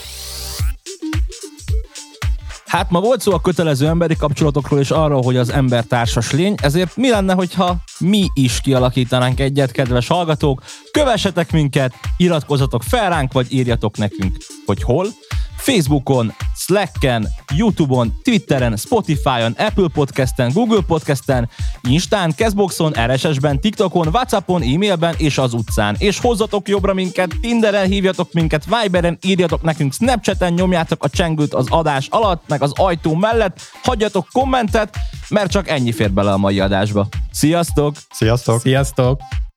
Hát ma volt szó a kötelező emberi kapcsolatokról és arról, hogy az ember társas lény, ezért mi lenne, hogyha mi is kialakítanánk egyet, kedves hallgatók? Kövessetek minket, iratkozzatok fel ránk, vagy írjatok nekünk, hogy hol. Facebookon, Slacken, YouTube-on, Twitteren, Spotify-on, Apple Podcasten, Google Podcasten, Instán, Castboxon, er es es-ben, TikTokon, WhatsAppon, e-mailben és az utcán. És hozzatok jobbra minket, Tinderen hívjatok minket, Viberen írjatok nekünk, Snapchaten nyomjátok a csengőt az adás alatt, meg az ajtó mellett, hagyjatok kommentet, mert csak ennyi fér bele a mai adásba. Sziasztok! Sziasztok! Sziasztok!